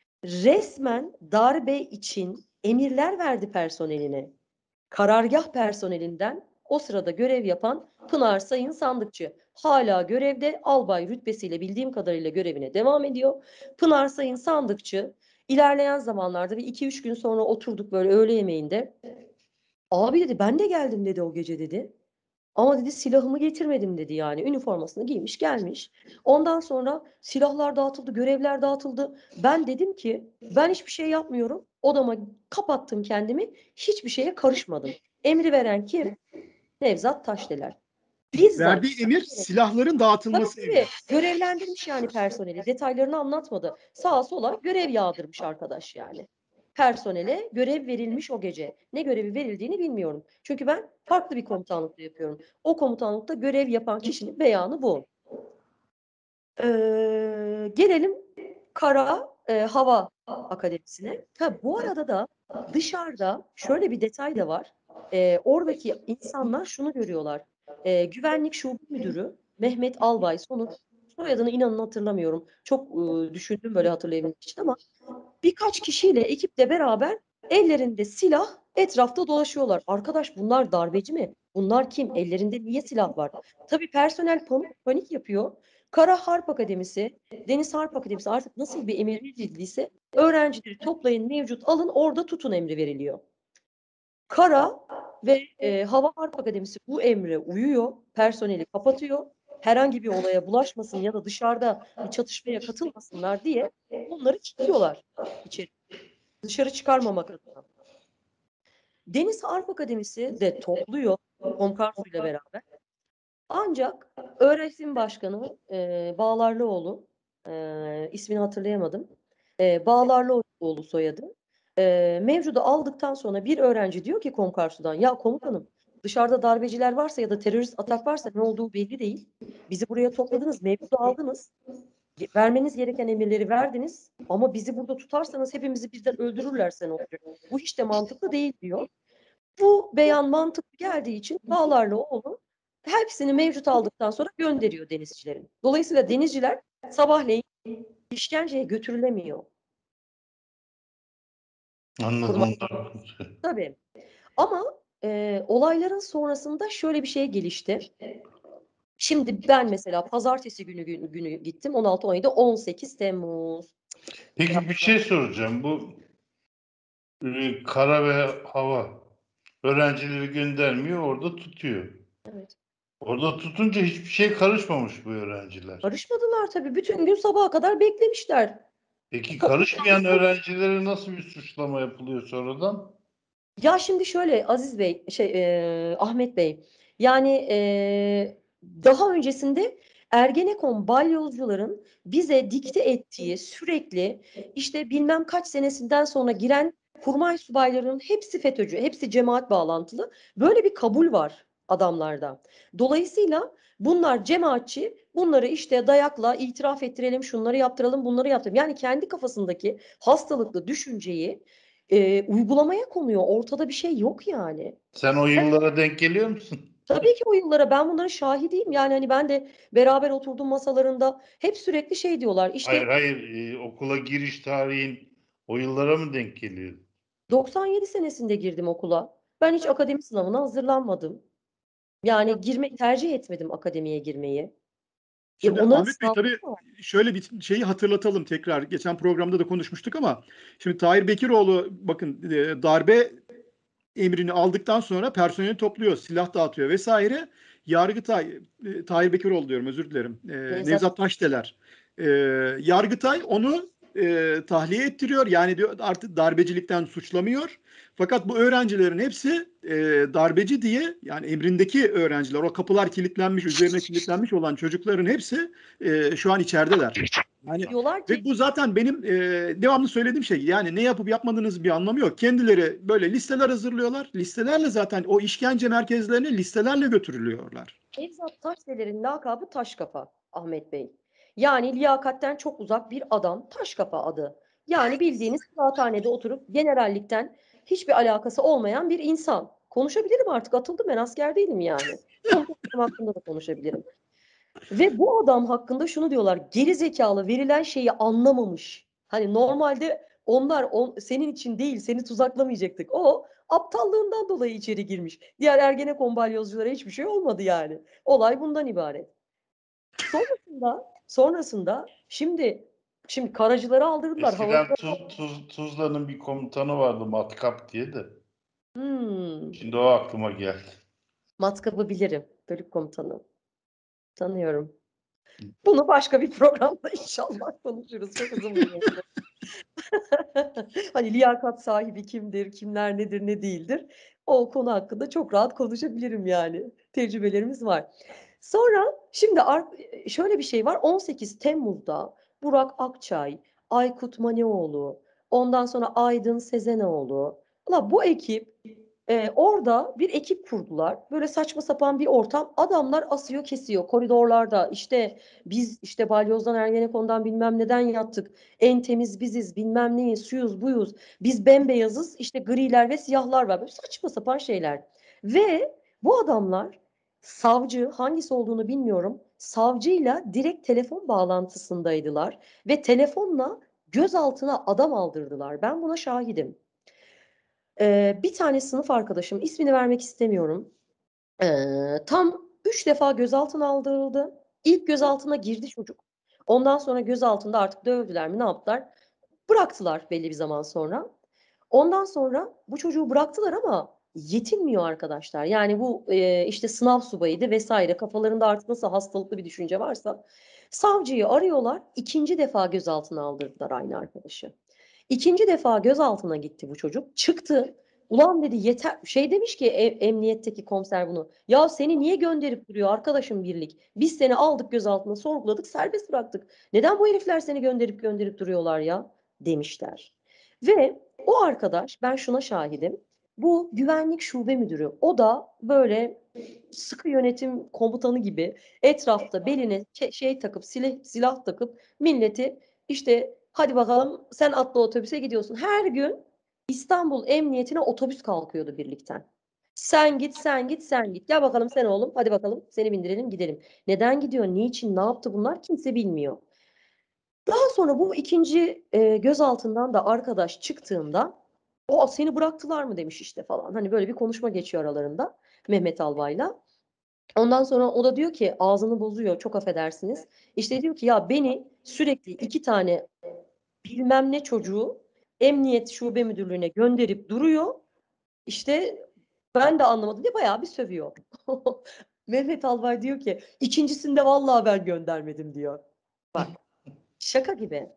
resmen darbe için emirler verdi personeline. Karargah personelinden o sırada görev yapan Pınar Sayın Sandıkçı hala görevde albay rütbesiyle bildiğim kadarıyla görevine devam ediyor. Pınar Sayın Sandıkçı ilerleyen zamanlarda bir iki üç gün sonra oturduk böyle öğle yemeğinde. Abi dedi ben de geldim dedi o gece dedi. Ama dedi silahımı getirmedim dedi yani. Üniformasını giymiş gelmiş. Ondan sonra silahlar dağıtıldı, görevler dağıtıldı. Ben dedim ki ben hiçbir şey yapmıyorum. Odama kapattım kendimi. Hiçbir şeye karışmadım. Emri veren kim? Nevzat Taşdeler. Bizzat
Verdiği emir
evet,
silahların
tabii
dağıtılması
tabii
emri.
görevlendirmiş yani personeli. Detaylarını anlatmadı. Sağa sola görev yağdırmış arkadaş yani. Personele görev verilmiş o gece. Ne görevi verildiğini bilmiyorum. Çünkü ben farklı bir komutanlıkta yapıyorum. O komutanlıkta görev yapan kişinin beyanı bu. Ee, gelelim Kara e, Hava Akademisi'ne. Ha, bu arada da dışarıda şöyle bir detay da var. Ee, oradaki insanlar şunu görüyorlar. Ee, Güvenlik Şube Müdürü Mehmet Albay sonu soyadını inanın hatırlamıyorum. Çok e, düşündüm böyle hatırlayabilmek için ama birkaç kişiyle ekiple beraber ellerinde silah etrafta dolaşıyorlar. Arkadaş bunlar darbeci mi? Bunlar kim? Ellerinde niye silah var? Tabii personel panik, panik yapıyor. Kara Harp Akademisi, Deniz Harp Akademisi artık nasıl bir emir verildiyse öğrencileri toplayın mevcut alın orada tutun emri veriliyor. Kara ve e, Hava Harp Akademisi bu emre uyuyor. Personeli kapatıyor. Herhangi bir olaya bulaşmasın ya da dışarıda bir çatışmaya katılmasınlar diye onları kilitliyorlar içeri. Dışarı çıkarmamak adına. Deniz Harp Akademisi de topluyor Komkarsu ile beraber. Ancak öğretim başkanı e, Bağlarlıoğlu, e, ismini hatırlayamadım. E, Bağlarlıoğlu soyadı. E, mevcudu aldıktan sonra bir öğrenci diyor ki Komkarsu'dan, ya komutanım dışarıda darbeciler varsa ya da terörist atak varsa ne olduğu belli değil. Bizi buraya topladınız, mevcudu aldınız. Vermeniz gereken emirleri verdiniz ama bizi burada tutarsanız hepimizi birden öldürürlerse ne olacak? Bu hiç de mantıklı değil diyor. Bu beyan mantıklı geldiği için Bağlarlıoğlu hepsini mevcut aldıktan sonra gönderiyor denizcilerin. Dolayısıyla denizciler sabahleyin işkenceye götürülemiyor.
Anladım.
Kurmay. Tabii. Ama e, olayların sonrasında şöyle bir şey gelişti. Şimdi ben mesela pazartesi günü günü, günü gittim. on altı on yedi on sekiz Temmuz.
Peki bir şey soracağım. Bu e, kara ve hava öğrencileri göndermiyor, orada tutuyor.
Evet.
Orada tutunca hiçbir şey karışmamış bu öğrenciler.
Karışmadılar tabii. Bütün gün sabaha kadar beklemişler.
Peki karışmayan öğrencilere nasıl bir suçlama yapılıyor sonradan?
Ya şimdi şöyle Aziz Bey, şey e, Ahmet Bey, yani e, daha öncesinde Ergenekon balyozcuların bize dikte ettiği sürekli işte bilmem kaç senesinden sonra giren kurmay subaylarının hepsi FETÖ'cü, hepsi cemaat bağlantılı. Böyle bir kabul var adamlarda. Dolayısıyla bunlar cemaatçi, bunları işte dayakla itiraf ettirelim, şunları yaptıralım, bunları yaptıralım. Yani kendi kafasındaki hastalıklı düşünceyi e, uygulamaya konuyor. Ortada bir şey yok yani.
Sen o yıllara denk geliyor musun?
Tabii ki o yıllara ben bunların şahidiyim. Yani hani ben de beraber oturdum masalarında hep sürekli şey diyorlar. İşte
Hayır hayır e, okula giriş tarihin o yıllara mı denk geliyor?
doksan yedi senesinde girdim okula. Ben hiç akademi sınavına hazırlanmadım. Yani girmeyi tercih etmedim akademiye girmeyi. E
Şimdi
onların
Ahmet Bey
sınavları
tabii
var.
şöyle bir şeyi hatırlatalım tekrar. Geçen programda da konuşmuştuk ama şimdi Tahir Bekiroğlu bakın e, darbe emrini aldıktan sonra personeli topluyor, silah dağıtıyor vesaire. Yargıtay, e, Tahir Bekiroğlu diyorum özür dilerim. E,
Nevzat
Nevzat Taşdeler. E, Yargıtay onu e, tahliye ettiriyor. Yani diyor artık darbecilikten suçlamıyor. Fakat bu öğrencilerin hepsi e, darbeci diye yani emrindeki öğrenciler o kapılar kilitlenmiş, üzerine kilitlenmiş olan çocukların hepsi e, şu an içerideler. Yani
diyorlar ki
ve bu zaten benim e, devamlı söylediğim şey. Yani ne yapıp yapmadığınız bir anlamı yok. Kendileri böyle listeler hazırlıyorlar. Listelerle zaten o işkence merkezlerine listelerle götürülüyorlar.
Nevzat Taşdeler'in lakabı Taşkafa Ahmet Bey. Yani liyakatten çok uzak bir adam. Taşkafa adı. Yani bildiğiniz kıraathanede oturup generallikten hiçbir alakası olmayan bir insan. Konuşabilirim artık. Atıldım ben asker değilim yani. Komutanım hakkında da konuşabilirim. Ve bu adam hakkında şunu diyorlar. Geri zekalı verilen şeyi anlamamış. Hani normalde onlar on, senin için değil seni tuzaklamayacaktık. O aptallığından dolayı içeri girmiş. Diğer Ergenekon balyozculara hiçbir şey olmadı yani. Olay bundan ibaret. Sonrasında sonrasında şimdi şimdi karacıları aldırdılar.
Eskiden
Havacıları.
Tuz, Tuz, Tuzla'nın bir komutanı vardı Matkap diye de.
Hmm,
Şimdi o aklıma geldi.
matkabı bilirim. Bölük komutanı. Tanıyorum. Bunu başka bir programda inşallah konuşuruz. Çok uzun bir mevzu. Hani liyakat sahibi kimdir, kimler nedir, ne değildir. O konu hakkında çok rahat konuşabilirim yani. Tecrübelerimiz var. Sonra şimdi şöyle bir şey var. on sekiz Temmuz'da Burak Akçay, Aykut Maneoğlu, ondan sonra Aydın Sezenoğlu. Valla bu ekip e, orada bir ekip kurdular. Böyle saçma sapan bir ortam. Adamlar asıyor kesiyor koridorlarda. İşte biz işte Balyoz'dan Ergenekon'dan bilmem neden yattık. En temiz biziz, bilmem neyiz, şuyuz, buyuz. Biz bembeyazız, işte griler ve siyahlar var. Böyle saçma sapan şeyler. Ve bu adamlar savcı, hangisi olduğunu bilmiyorum, savcıyla direkt telefon bağlantısındaydılar ve telefonla gözaltına adam aldırdılar. Ben buna şahidim. Ee, bir tane sınıf arkadaşım, ismini vermek istemiyorum. Ee, tam üç defa gözaltına aldırıldı. İlk gözaltına girdi çocuk. Ondan sonra gözaltında artık dövdüler mi ne yaptılar? Bıraktılar belli bir zaman sonra. Ondan sonra bu çocuğu bıraktılar ama yetinmiyor arkadaşlar. Yani bu e, işte sınav subayıydı vesaire. Kafalarında artık nasıl hastalıklı bir düşünce varsa savcıyı arıyorlar. İkinci defa gözaltına aldırdılar aynı arkadaşı. İkinci defa gözaltına gitti bu çocuk. Çıktı. Ulan dedi yeter. Şey demiş ki e- emniyetteki komiser bunu. Ya seni niye gönderip duruyor arkadaşım birlik? Biz seni aldık gözaltına sorguladık serbest bıraktık. Neden bu herifler seni gönderip gönderip duruyorlar ya? Demişler. Ve o arkadaş ben şuna şahidim. Bu güvenlik şube müdürü. O da böyle sıkı yönetim komutanı gibi etrafta beline ke- şey takıp silah, silah takıp milleti işte hadi bakalım sen atla otobüse gidiyorsun. Her gün İstanbul Emniyetine otobüs kalkıyordu birlikten. Sen git, sen git, sen git. Gel bakalım sen oğlum. Hadi bakalım seni bindirelim gidelim. Neden gidiyor, niçin, ne yaptı bunlar kimse bilmiyor. Daha sonra bu ikinci e, gözaltından da arkadaş çıktığında o seni bıraktılar mı demiş işte falan. Hani böyle bir konuşma geçiyor aralarında Mehmet Albay'la. Ondan sonra o da diyor ki ağzını bozuyor çok affedersiniz. İşte diyor ki ya beni sürekli iki tane bilmem ne çocuğu emniyet şube müdürlüğüne gönderip duruyor. İşte ben de anlamadım diye bayağı bir sövüyor. Mehmet Albay diyor ki ikincisinde vallahi ben göndermedim diyor. Bak şaka gibi.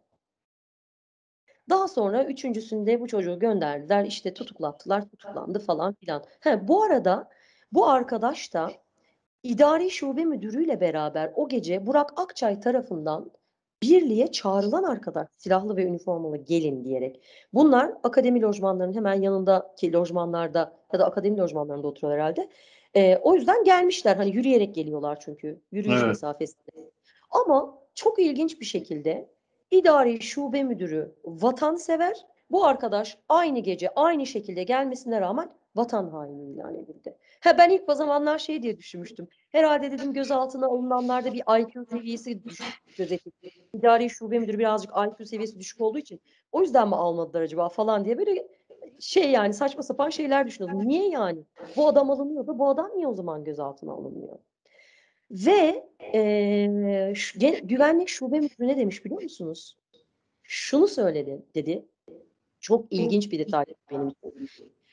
Daha sonra üçüncüsünde bu çocuğu gönderdiler. İşte tutuklattılar, tutuklandı falan filan. He, bu arada bu arkadaş da İdari Şube Müdürü'yle beraber o gece Burak Akçay tarafından birliğe çağrılan arkadaş silahlı ve üniformalı gelin diyerek. Bunlar akademi lojmanlarının hemen yanındaki lojmanlarda ya da akademi lojmanlarında oturuyor herhalde. Ee, o yüzden gelmişler. Hani yürüyerek geliyorlar çünkü. Yürüyüş
Evet.
mesafesinde. Ama çok ilginç bir şekilde İdari Şube Müdürü vatansever. Bu arkadaş aynı gece aynı şekilde gelmesine rağmen vatan haini ilan edildi. Ha, ben ilk o zamanlar şey diye düşünmüştüm. Herhalde dedim gözaltına alınanlarda bir I Q seviyesi düşük gözetildi. İdari şube müdürü birazcık I Q seviyesi düşük olduğu için o yüzden mi almadılar acaba falan diye böyle şey yani saçma sapan şeyler düşünüyordum. Niye yani? Bu adam alınıyordu. Bu adam niye o zaman gözaltına alınmıyor? Ve eee, şu- gen- güvenlik şube müdürü ne demiş biliyor musunuz? Şunu söyledi dedi. Çok ilginç bir detay benim için.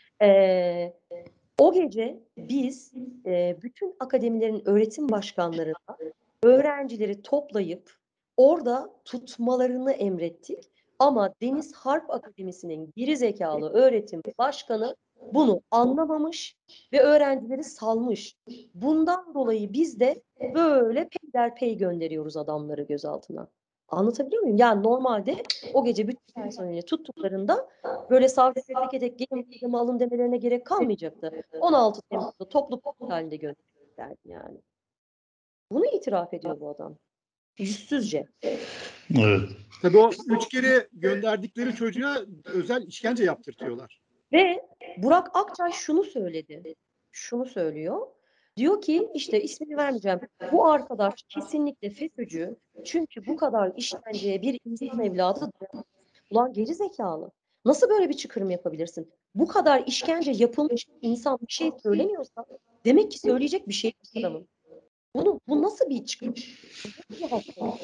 Eee, O gece biz e, bütün akademilerin öğretim başkanlarına öğrencileri toplayıp orada tutmalarını emrettik. Ama Deniz Harp Akademisi'nin geri zekalı öğretim başkanı bunu anlamamış ve öğrencileri salmış. Bundan dolayı biz de böyle peyderpey gönderiyoruz adamları gözaltına. Anlatabiliyor muyum? Yani normalde o gece bütün personeli tuttuklarında böyle savcı tek tek gelin adamı alın demelerine gerek kalmayacaktı. on altı Temmuz'da toplu paket halinde göndereceklerdi yani. Bunu itiraf ediyor bu adam. Yüzsüzce.
Evet.
Tabii o üç kere gönderdikleri çocuğa özel işkence yaptırtıyorlar.
Ve Burak Akçay şunu söyledi. Şunu söylüyor. Diyor ki işte ismini vermeyeceğim. Bu arkadaş kesinlikle FETÖ'cü. Çünkü bu kadar işkenceye bir insan evladı dayanamaz. Ulan geri zekalı. Nasıl böyle bir çıkarım yapabilirsin? Bu kadar işkence yapılmış bir insan bir şey söylemiyorsa demek ki söyleyecek bir şey yok adamın. Bunu, bu nasıl bir çıkarım? Bu nasıl bir hastalık?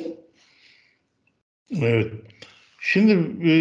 Evet. Şimdi e,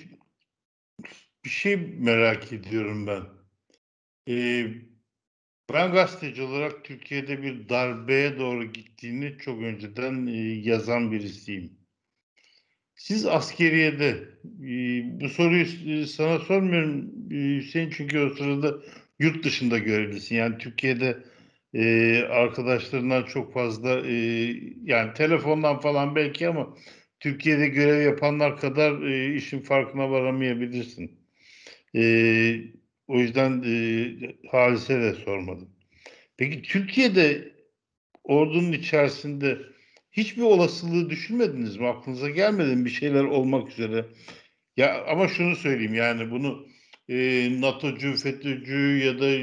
bir şey merak ediyorum ben. E, Ben gazeteci olarak Türkiye'de bir darbeye doğru gittiğini çok önceden e, yazan birisiyim. Siz askeriyede e, bu soruyu e, sana sormuyorum e, Hüseyin, çünkü o sırada yurt dışında görevlisin. Yani Türkiye'de e, arkadaşlarından çok fazla e, yani telefondan falan belki, ama Türkiye'de görev yapanlar kadar e, işin farkına varamayabilirsin. E, O yüzden e, Halis'e de sormadım. Peki Türkiye'de ordunun içerisinde hiçbir olasılığı düşünmediniz mi? Aklınıza gelmedi mi bir şeyler olmak üzere? Ya ama şunu söyleyeyim, yani bunu e, NATO'cu, FETÖ'cü ya da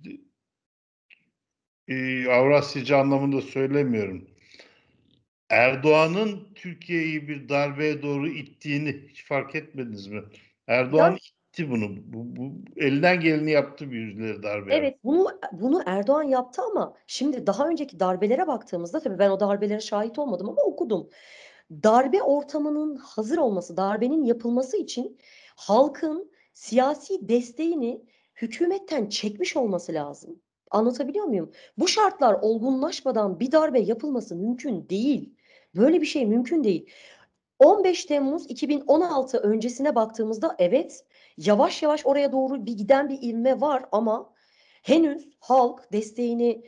e, Avrasyacı anlamında söylemiyorum. Erdoğan'ın Türkiye'yi bir darbeye doğru ittiğini hiç fark etmediniz mi? Erdoğan
Ya
itti bunu. Bu, bu elinden geleni yaptı birileri darbeye.
evet bunu bunu Erdoğan yaptı ama şimdi daha önceki darbelere baktığımızda tabii ben o darbelere şahit olmadım ama okudum. Darbe ortamının hazır olması, darbenin yapılması için halkın siyasi desteğini hükümetten çekmiş olması lazım. Anlatabiliyor muyum? Bu şartlar olgunlaşmadan bir darbe yapılması mümkün değil. Böyle bir şey mümkün değil. on beş Temmuz iki bin on altı öncesine baktığımızda evet Yavaş yavaş oraya doğru bir giden bir ivme var ama henüz halk desteğini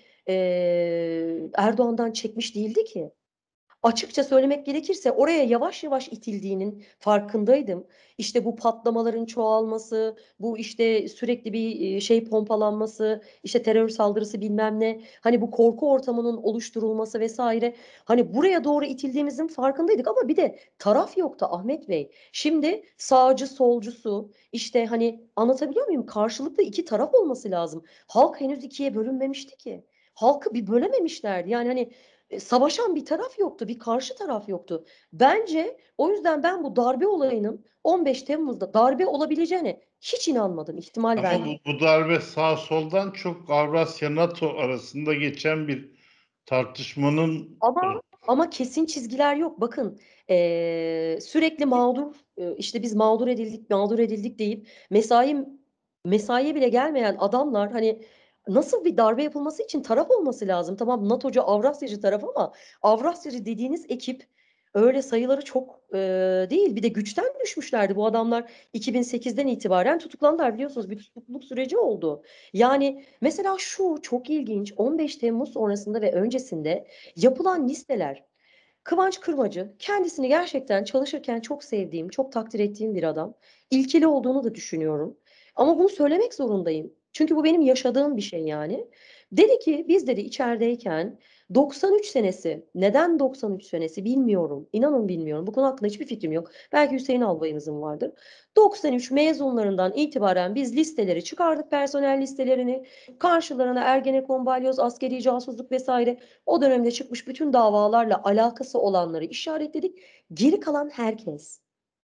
eee, Erdoğan'dan çekmiş değildi ki. Açıkça söylemek gerekirse oraya yavaş yavaş itildiğinin farkındaydım. İşte bu patlamaların çoğalması, bu işte sürekli bir e, şey pompalanması, işte terör saldırısı bilmem ne, hani bu korku ortamının oluşturulması vesaire. Hani buraya doğru itildiğimizin farkındaydık ama bir de taraf yoktu Ahmet Bey. Şimdi sağcı solcusu işte hani anlatabiliyor muyum? Karşılıklı iki taraf olması lazım. Halk henüz ikiye bölünmemişti ki. Halkı bir bölememişlerdi. Yani hani e, savaşan bir taraf yoktu, bir karşı taraf yoktu. Bence o yüzden ben bu darbe olayının on beş Temmuz'da darbe olabileceğine hiç inanmadım, ihtimal
Ama
vermedim.
bu, bu darbe sağ soldan çok Avrasya NATO arasında geçen bir tartışmanın e,
Ama ama kesin çizgiler yok. Bakın eee, sürekli mağdur e, işte biz mağdur edildik, mağdur edildik deyip mesai mesaiye bile gelmeyen adamlar hani nasıl bir darbe yapılması için taraf olması lazım. Tamam NATO'cu, Avrasyacı taraf ama Avrasyacı dediğiniz ekip öyle sayıları çok e, değil. Bir de güçten düşmüşlerdi bu adamlar. iki bin sekizden itibaren tutuklandılar biliyorsunuz. Bir tutukluluk süreci oldu. Yani mesela şu çok ilginç. on beş Temmuz sonrasında ve öncesinde yapılan listeler. Kıvanç Kırmacı kendisini gerçekten çalışırken çok sevdiğim, çok takdir ettiğim bir adam. İlkeli olduğunu da düşünüyorum. Ama bunu söylemek zorundayım. Çünkü bu benim yaşadığım bir şey yani. Dedi ki biz dedi içerideyken doksan üç senesi, neden doksan üç senesi bilmiyorum. İnanın bilmiyorum. Bu konu hakkında hiçbir fikrim yok. Belki Hüseyin Albayımızın vardır. doksan üç mezunlarından itibaren biz listeleri çıkardık, personel listelerini. Karşılarına Ergenekon, Balyoz, askeri casusluk vesaire o dönemde çıkmış bütün davalarla alakası olanları işaretledik. Geri kalan herkes.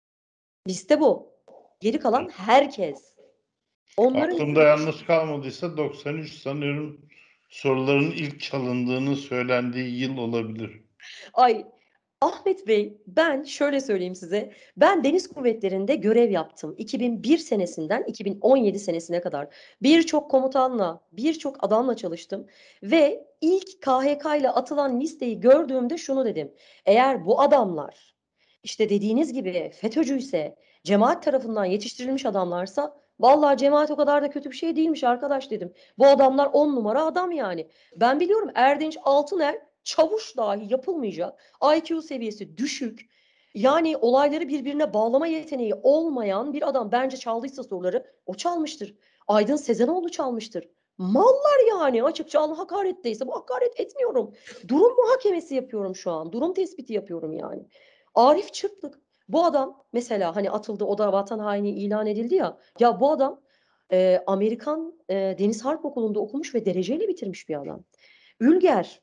Liste bu. Geri kalan herkes. Onların
aklımda yanlış kalmadıysa doksan üç sanıyorum soruların ilk çalındığını söylendiği yıl olabilir.
ay Ahmet Bey ben şöyle söyleyeyim size. Ben Deniz Kuvvetleri'nde görev yaptım. iki bin bir senesinden iki bin on yedi senesine kadar. Birçok komutanla, birçok adamla çalıştım. Ve ilk K H K ile atılan listeyi gördüğümde şunu dedim. Eğer bu adamlar işte dediğiniz gibi FETÖ'cüyse, cemaat tarafından yetiştirilmiş adamlarsa vallahi cemaat o kadar da kötü bir şey değilmiş arkadaş dedim. Bu adamlar on numara adam yani. Ben biliyorum Erdinç Altıner çavuş dahi yapılmayacak. I Q seviyesi düşük. Yani olayları birbirine bağlama yeteneği olmayan bir adam bence çaldıysa soruları o çalmıştır. Aydın Sezenoğlu çalmıştır. Mallar yani açıkça Allah hakaretteyse bu hakaret etmiyorum. Durum muhakemesi yapıyorum şu an. Durum tespiti yapıyorum yani. Arif Çıtlık. Bu adam mesela hani atıldı o da vatan haini ilan edildi ya. Ya bu adam e, Amerikan e, Deniz Harp Okulu'nda okumuş ve dereceyle bitirmiş bir adam. Ülger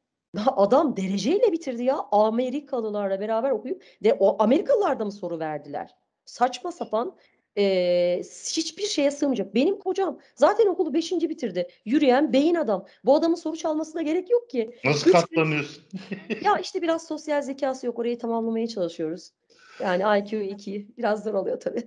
adam dereceyle bitirdi ya. Amerikalılarla beraber okuyup de o Amerikalılar da mı soru verdiler? Saçma sapan e, hiçbir şeye sığmayacak. Benim kocam zaten okulu beşinci bitirdi. Yürüyen beyin adam. Bu adamın soru çalmasına gerek yok ki.
Nasıl
Üç
katlanıyorsun?
ya işte biraz sosyal zekası yok. Orayı tamamlamaya çalışıyoruz. Yani I Q iki biraz zor oluyor tabii.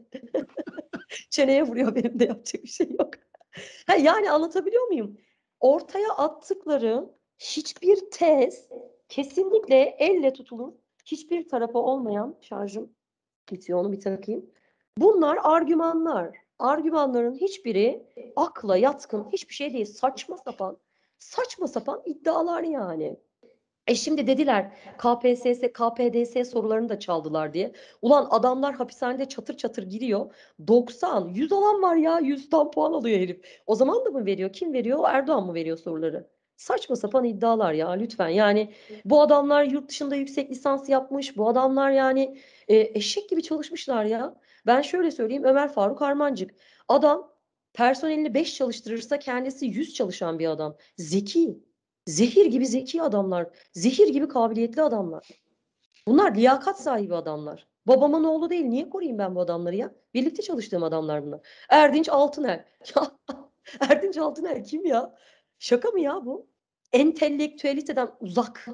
Çeneye vuruyor benim de yapacak bir şey yok. Ha, yani anlatabiliyor muyum? Ortaya attıkları hiçbir tez kesinlikle elle tutulur. Hiçbir tarafı olmayan şarjım bitiyor onu bir takayım. Bunlar argümanlar. Argümanların hiçbiri akla yatkın hiçbir şey değil. Saçma sapan, saçma sapan iddialar yani. E şimdi dediler K P S S, K P D S sorularını da çaldılar diye. Ulan adamlar hapishanede çatır çatır giriyor. doksan, yüz alan var ya. yüzden puan alıyor herif. O zaman da mı veriyor? Kim veriyor? Erdoğan mı veriyor soruları? Saçma sapan iddialar ya lütfen. Yani bu adamlar yurt dışında yüksek lisans yapmış. Bu adamlar yani e, eşek gibi çalışmışlar ya. Ben şöyle söyleyeyim Ömer Faruk Armancık. Adam personelini beş çalıştırırsa kendisi yüz çalışan bir adam. Zeki. Zehir gibi zeki adamlar. Zehir gibi kabiliyetli adamlar. Bunlar liyakat sahibi adamlar. Babamın oğlu değil. Niye koruyayım ben bu adamları ya? Birlikte çalıştığım adamlar bunlar. Erdinç Altıner. Ya Erdinç Altıner kim ya? Şaka mı ya bu? Entelektüeliteden uzak.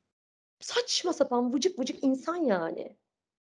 Saçma sapan vıcık vıcık insan yani.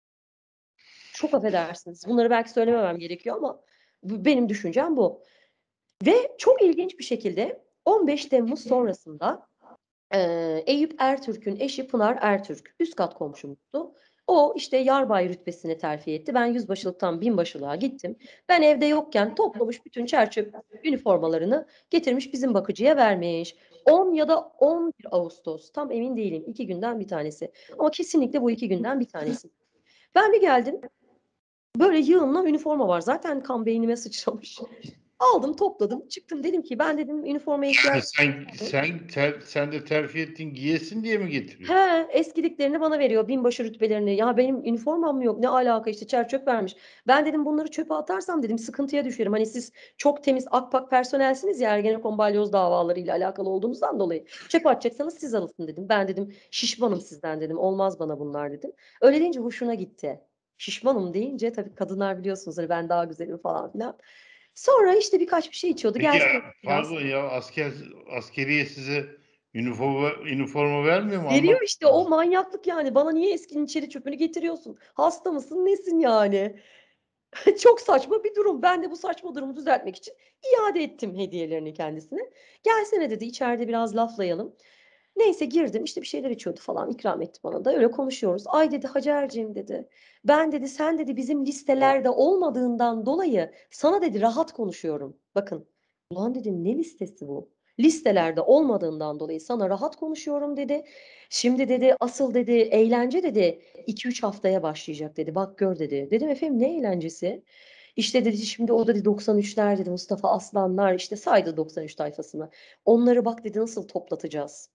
Çok affedersiniz. Bunları belki söylememem gerekiyor ama bu- benim düşüncem bu. Ve çok ilginç bir şekilde on beş Temmuz sonrasında Ee, Eyüp Ertürk'ün eşi Pınar Ertürk üst kat komşumuzdu. O işte yarbay rütbesine terfi etti. Ben yüzbaşılıktan binbaşılığa gittim. Ben evde yokken toplamış bütün çerçöp üniformalarını getirmiş bizim bakıcıya vermiş. on ya da on bir Ağustos, tam emin değilim. İki günden bir tanesi. Ama kesinlikle bu iki günden bir tanesi. Ben bir geldim. Böyle yığınla üniforma var. Zaten kan beynime sıçramış. Aldım, topladım, çıktım. Dedim ki ben dedim üniformaya
Yani
ihtiyacım
sen
var.
sen ter, sen de terfi ettin giyesin diye mi getiriyorsun?
He, eskidiklerini bana veriyor. Binbaşı rütbelerini. Ya benim üniformam mı yok? Ne alaka işte çer çöp vermiş. Ben dedim bunları çöpe atarsam dedim sıkıntıya düşerim. Hani siz çok temiz Akpak personelsiniz ya, Ergenekon balyoz davalarıyla alakalı olduğunuzdan dolayı. Çöpe atacaksanız siz alın dedim. Ben dedim şişmanım sizden dedim. Olmaz bana bunlar dedim. Öyle deyince hoşuna gitti. Şişmanım deyince tabii kadınlar biliyorsunuz hani ben daha güzelim falan filan. Sonra işte birkaç bir şey içiyordu.
Peki
Gelsin biraz.
pardon ya asker askeriye size üniforma üniforma vermiyor mu?
Veriyor
Anlat.
işte o manyaklık yani. Bana niye eskinin içeri çöpünü getiriyorsun? Hasta mısın? Nesin yani? Çok saçma bir durum. Ben de bu saçma durumu düzeltmek için iade ettim hediyelerini kendisine. Gelsene dedi içeride biraz laflayalım. Neyse girdim işte bir şeyler içiyordu falan ikram etti bana da öyle konuşuyoruz. Ay dedi Hacerciğim dedi. Ben dedi sen dedi bizim listelerde olmadığından dolayı sana dedi rahat konuşuyorum. Bakın ulan dedim ne listesi bu? Listelerde olmadığından dolayı sana rahat konuşuyorum dedi. Şimdi dedi asıl dedi eğlence dedi iki üç haftaya başlayacak dedi. Bak gör dedi. Dedim efendim ne eğlencesi? İşte dedi şimdi o dedi doksan üçler dedi Mustafa Aslanlar işte saydı doksan üç tayfasını. Onları bak dedi nasıl toplatacağız?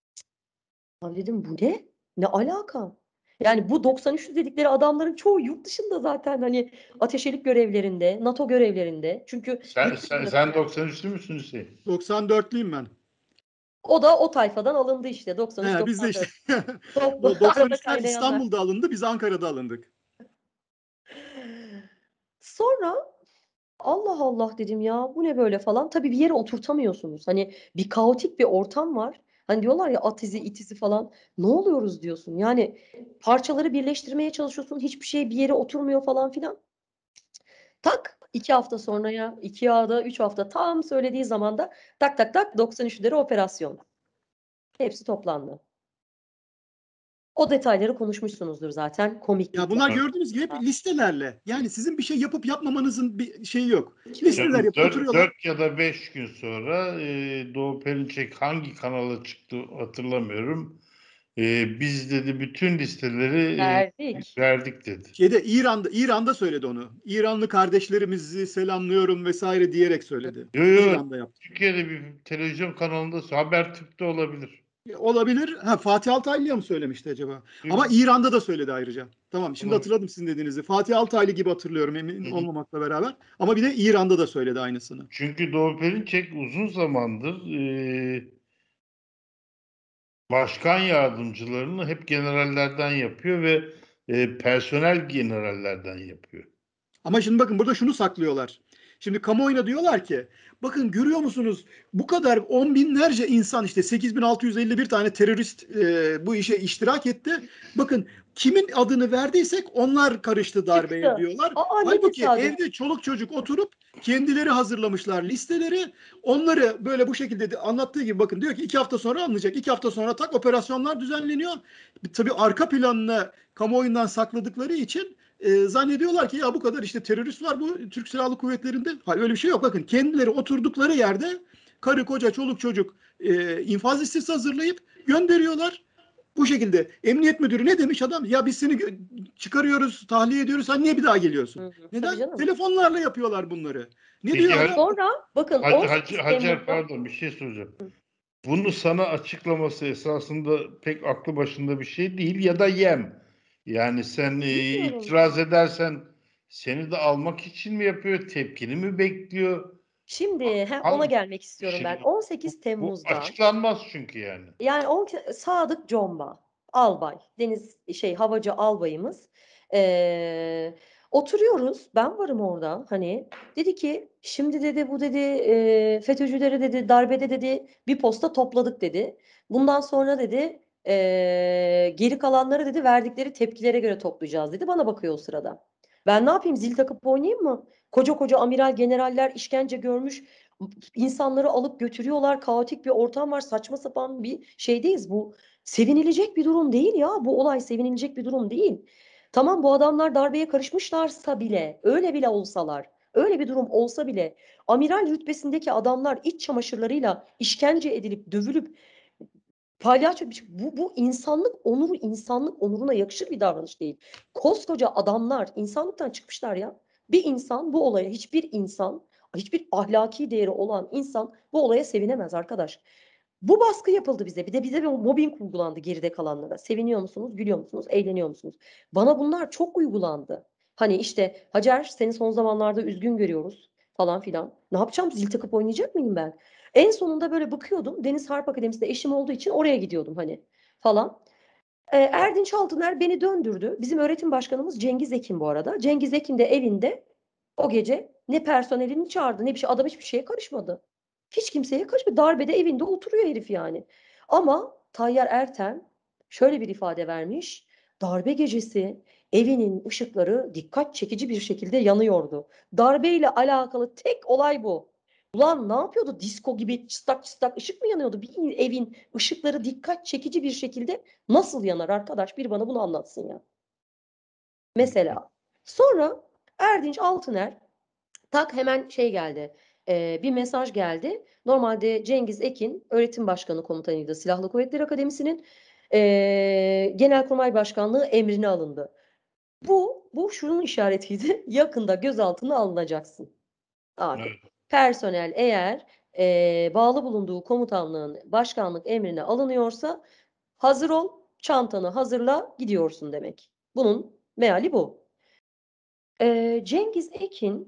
Abi dedim bu ne? Ne alaka? Yani bu doksan üçlü dedikleri adamların çoğu yurt dışında zaten hani ateşelik görevlerinde, NATO görevlerinde. Çünkü
Sen,
yurt
sen,
dışında
sen doksan üçlü müsün Hüseyin?
doksan dörtlüyüm ben.
o da o tayfadan alındı işte
He, biz de işte
doksan üç doksan dört. Toplu
do-
arada
doksan üçler
kaynayanlar.
İstanbul'da alındı, biz Ankara'da alındık.
Sonra Allah Allah dedim ya bu ne böyle falan. Tabii bir yere oturtamıyorsunuz. Hani bir kaotik bir ortam var. Hani diyorlar ya at izi it izi falan. Ne oluyoruz diyorsun. Yani parçaları birleştirmeye çalışıyorsun. Hiçbir şey bir yere oturmuyor falan filan. Tak iki hafta sonraya iki ya da üç hafta tam söylediği zamanda tak tak tak doksan üçlere operasyon. Hepsi toplandı. O detayları konuşmuşsunuzdur zaten.
Ya
Komiklik
bunlar
var.
gördüğünüz gibi hep listelerle. Yani sizin bir şey yapıp yapmamanızın bir şeyi yok.
Hiçbir önemi
Listeler
yok.
yapıp
Dört,
oturuyorlar.
dört ya da beş gün sonra e, Doğu Perinçek hangi kanala çıktı hatırlamıyorum. E, biz dedi bütün listeleri e,
Verdik.
verdik dedi.
Şeyde İran'da İran'da söyledi onu. İranlı kardeşlerimizi selamlıyorum vesaire diyerek söyledi.
Yo yo
İran'da yaptı.
Türkiye'de bir televizyon kanalında Habertürk'te olabilir.
E, Olabilir. Ha, Fatih Altaylı'ya mı söylemişti acaba? Ama
Yo,
İran'da da söyledi ayrıca. Tamam, şimdi
olabilir.
hatırladım sizin dediğinizi. Fatih Altaylı gibi hatırlıyorum emin
Hı hı.
olmamakla beraber. Ama bir de İran'da da söyledi aynısını.
Çünkü Doğu Perinçek uzun zamandır e, başkan yardımcılarını hep generallerden yapıyor ve e, personel generallerden yapıyor.
Ama şimdi bakın burada şunu saklıyorlar. Şimdi kamuoyuna diyorlar ki bakın görüyor musunuz bu kadar on binlerce insan işte sekiz bin altı yüz elli bir tane terörist e, bu işe iştirak etti. Bakın kimin adını verdiysek onlar karıştı darbeye
Çıktı.
diyorlar.
Aa ne
Halbuki
tesadüf.
evde çoluk çocuk oturup kendileri hazırlamışlar listeleri. Onları böyle bu şekilde de anlattığı gibi bakın diyor ki iki hafta sonra alınacak. iki hafta sonra tak operasyonlar düzenleniyor. Tabii arka planını kamuoyundan sakladıkları için e, zannediyorlar ki ya bu kadar işte terörist var bu Türk Silahlı Kuvvetleri'nde. Hayır öyle bir şey yok. Bakın kendileri oturdukları yerde karı koca çoluk çocuk e, infaz listesi hazırlayıp gönderiyorlar. Bu şekilde emniyet müdürü ne demiş adam? Ya biz seni çıkarıyoruz, tahliye ediyoruz. Sen niye bir daha geliyorsun?
Hı hı, tabii
Neden?
canım.
Telefonlarla yapıyorlar bunları. Ne
Peki
diyor adam?
Sonra bakın
Hacı, Hacı,
18
Hacer
Temmuz'da
pardon bir şey soracağım. Bunu sana açıklaması esasında pek aklı başında bir şey değil ya da yem. Yani sen e,
bilmiyorum.
itiraz edersen seni de almak için mi yapıyor? Tepkini mi bekliyor?
Şimdi he, ona
Hangi,
gelmek istiyorum ben.
şimdi bu,
on sekiz
bu
Temmuz'da
açıklanmaz çünkü yani.
yani on, Sadık Comba albay deniz şey havacı albayımız eee, oturuyoruz ben varım orada hani dedi ki şimdi dedi bu dedi eee FETÖ'cüleri dedi darbede dedi bir posta topladık dedi. Bundan sonra dedi eee, geri kalanları dedi verdikleri tepkilere göre toplayacağız dedi. Bana bakıyor o sırada. Ben ne yapayım zil takıp oynayayım mı? Koca koca amiral generaller işkence görmüş İnsanları alıp götürüyorlar. Kaotik bir ortam var. Saçma sapan bir şeydeyiz. Bu sevinilecek bir durum değil ya. Bu olay sevinilecek bir durum değil. Tamam, bu adamlar darbeye karışmışlarsa bile, öyle bile olsalar, öyle bir durum olsa bile amiral rütbesindeki adamlar iç çamaşırlarıyla işkence edilip dövülüp palyaço bu, bu insanlık onuru, insanlık onuruna yakışır bir davranış değil. Koskoca adamlar insanlıktan çıkmışlar ya. Bir insan bu olaya, hiçbir insan, hiçbir ahlaki değeri olan insan bu olaya sevinemez arkadaş. Bu baskı yapıldı bize. Bir de bize bir mobbing uygulandı geride kalanlara. Seviniyor musunuz, gülüyor musunuz, eğleniyor musunuz? Bana bunlar çok uygulandı. Hani işte Hacer, seni son zamanlarda üzgün görüyoruz falan filan. Ne yapacağım? Zil takıp oynayacak mıyım ben? En sonunda böyle bakıyordum. Deniz Harp Akademisi'nde eşim olduğu için oraya gidiyordum hani falan. Ee, Erdinç Altıner beni döndürdü. Bizim öğretim başkanımız Cengiz Ekin bu arada. Cengiz Ekin de evinde o gece ne personelini çağırdı ne bir şey. Adam hiçbir şeye karışmadı. Hiç kimseye karışmadı. Darbede evinde oturuyor herif yani. Ama Tayyar Ertem şöyle bir ifade vermiş. Darbe gecesi evinin ışıkları dikkat çekici bir şekilde yanıyordu. Darbeyle alakalı tek olay bu. Ulan ne yapıyordu? Disko gibi çıstak çıstak ışık mı yanıyordu? Bir evin ışıkları dikkat çekici bir şekilde nasıl yanar arkadaş? Bir bana bunu anlatsın ya. Mesela. Sonra Erdinç Altıner tak hemen şey geldi. E, bir mesaj geldi. Normalde Cengiz Ekin öğretim başkanı komutanıydı Silahlı Kuvvetler Akademisi'nin. E, Genelkurmay Başkanlığı emrine alındı. Bu, bu şunun işaretiydi. Yakında gözaltına alınacaksın. Abi.
Evet.
Personel eğer e, bağlı bulunduğu komutanlığın başkanlık emrine alınıyorsa hazır ol, çantanı hazırla, gidiyorsun demek. Bunun meali bu. Ee, Cengiz Ekin,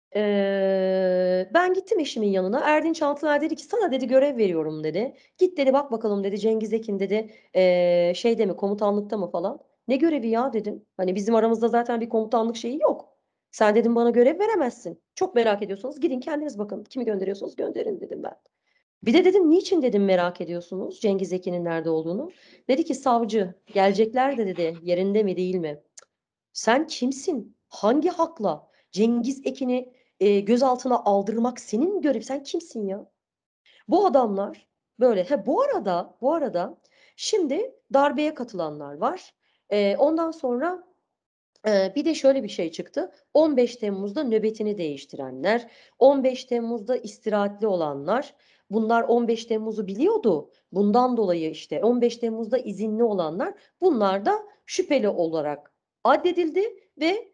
ee, ben gittim eşimin yanına. Erdinç Altıner dedi ki sana dedi görev veriyorum dedi. Git dedi bak bakalım dedi Cengiz Ekin dedi ee, şeyde mi komutanlıkta mı falan. Ne görevi ya dedim. Hani bizim aramızda zaten bir komutanlık şeyi yok. Sen dedim bana görev veremezsin. Çok merak ediyorsanız gidin kendiniz bakın. Kimi gönderiyorsanız gönderin dedim ben. Bir de dedim niçin dedim merak ediyorsunuz Cengiz Ekin'in nerede olduğunu. Dedi ki savcı gelecekler de dedi yerinde mi değil mi? Sen kimsin? Hangi hakla? Cengiz Ekin'i e, gözaltına aldırmak senin görev. Sen kimsin ya? Bu adamlar böyle. He, bu arada, bu arada şimdi darbeye katılanlar var. E, ondan sonra ee, bir de şöyle bir şey çıktı. on beş Temmuz'da nöbetini değiştirenler, on beş Temmuz'da istirahatli olanlar, bunlar on beş Temmuz'u biliyordu. Bundan dolayı işte on beş Temmuz'da izinli olanlar, bunlar da şüpheli olarak addedildi ve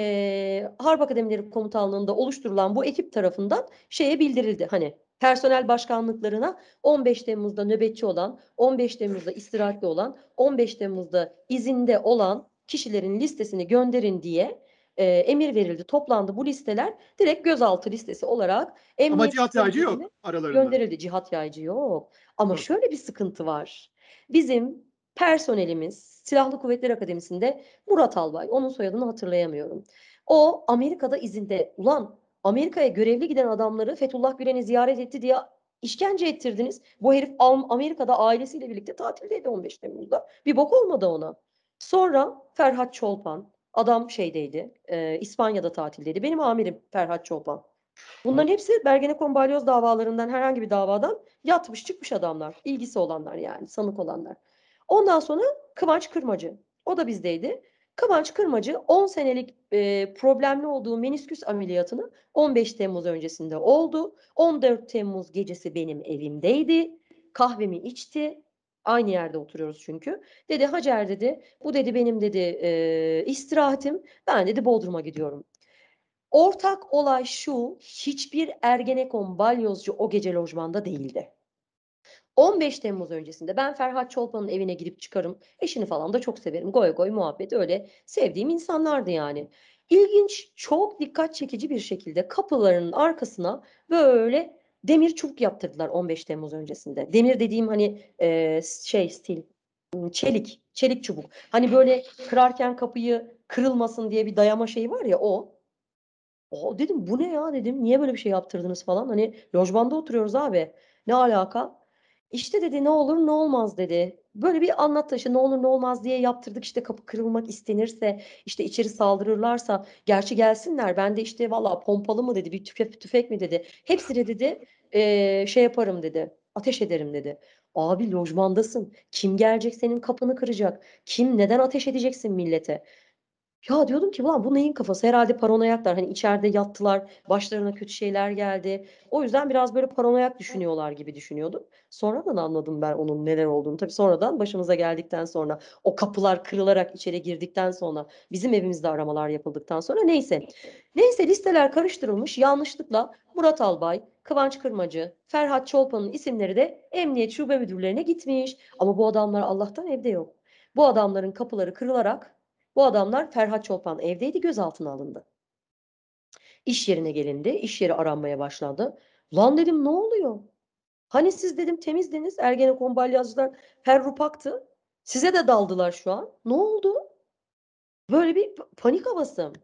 e, Harp Akademileri Komutanlığı'nda oluşturulan bu ekip tarafından şeye bildirildi. Hani personel başkanlıklarına on beş Temmuz'da nöbetçi olan, on beş Temmuz'da istirahatli olan, on beş Temmuz'da izinde olan kişilerin listesini gönderin diye e, emir verildi. Toplandı bu listeler direkt gözaltı listesi olarak
Ama
emniyet
cihat yaycı
sistemlerine
yok aralarında.
gönderildi. Cihat yaycı yok. Ama
Yok.
şöyle bir sıkıntı var. Bizim personelimiz Silahlı Kuvvetler Akademisi'nde Murat Albay, onun soyadını hatırlayamıyorum. O Amerika'da izinde. Ulan Amerika'ya görevli giden adamları Fethullah Gülen'i ziyaret etti diye işkence ettirdiniz. Bu herif Amerika'da ailesiyle birlikte tatildeydi on beş Temmuz'da. Bir bok olmadı ona. Sonra Ferhat Çolpan, adam şeydeydi, e, İspanya'da tatildeydi. Benim amirim Ferhat Çolpan. Bunların hepsi Bergenekon balyoz davalarından herhangi bir davadan yatmış çıkmış adamlar. İlgisi olanlar yani, sanık olanlar. Ondan sonra Kıvanç Kırmacı. O da bizdeydi. Kıvanç Kırmacı on senelik e, problemli olduğu menisküs ameliyatını on beş Temmuz öncesinde oldu. on dört Temmuz gecesi benim evimdeydi. Kahvemi içti. Aynı yerde oturuyoruz çünkü. Dedi Hacer dedi bu dedi benim dedi e, istirahatim. Ben dedi Bodrum'a gidiyorum. Ortak olay şu, hiçbir Ergenekon balyozcu o gece lojmanda değildi. on beş Temmuz öncesinde ben Ferhat Çolpan'ın evine girip çıkarım. Eşini falan da çok severim. Goy goy muhabbet öyle sevdiğim insanlardı yani. İlginç, çok dikkat çekici bir şekilde kapılarının arkasına böyle demir çubuk yaptırdılar on beş Temmuz öncesinde. Demir dediğim hani e, şey stil, çelik, çelik çubuk. Hani böyle kırarken kapıyı kırılmasın diye bir dayama şeyi var ya o. O dedim bu ne ya dedim. Niye böyle bir şey yaptırdınız falan. Hani lojmanda oturuyoruz abi. Ne alaka? İşte dedi ne olur ne olmaz dedi. Böyle bir anlattı işte ne olur ne olmaz diye yaptırdık işte kapı kırılmak istenirse işte içeri saldırırlarsa gerçi gelsinler ben de işte valla pompalı mı dedi bir tüfek, tüfek mi dedi. Hepsine dedi eee, şey yaparım dedi ateş ederim dedi. Abi lojmandasın kim gelecek senin kapını kıracak kim neden ateş edeceksin millete? Ya diyordum ki ulan bu neyin kafası? Herhalde paranoyaklar. Hani içeride yattılar, başlarına kötü şeyler geldi. O yüzden biraz böyle paranoyak düşünüyorlar gibi düşünüyordum. Sonradan anladım ben onun neler olduğunu. Tabii sonradan başımıza geldikten sonra, o kapılar kırılarak içeri girdikten sonra, bizim evimizde aramalar yapıldıktan sonra neyse. Neyse listeler karıştırılmış. Yanlışlıkla Murat Albay, Kıvanç Kırmacı, Ferhat Çolpan'ın isimleri de Emniyet Şube Müdürlüğü'ne gitmiş. Ama bu adamlar Allah'tan evde yok. Bu adamların kapıları kırılarak bu adamlar Ferhat Çolpan evdeydi gözaltına alındı. İş yerine gelindi. İş yeri aranmaya başlandı. Lan dedim ne oluyor? Hani siz dedim temizdiniz. Ergenekon balyozcular perrupaktı. Size de daldılar şu an. Ne oldu? Böyle bir panik havası.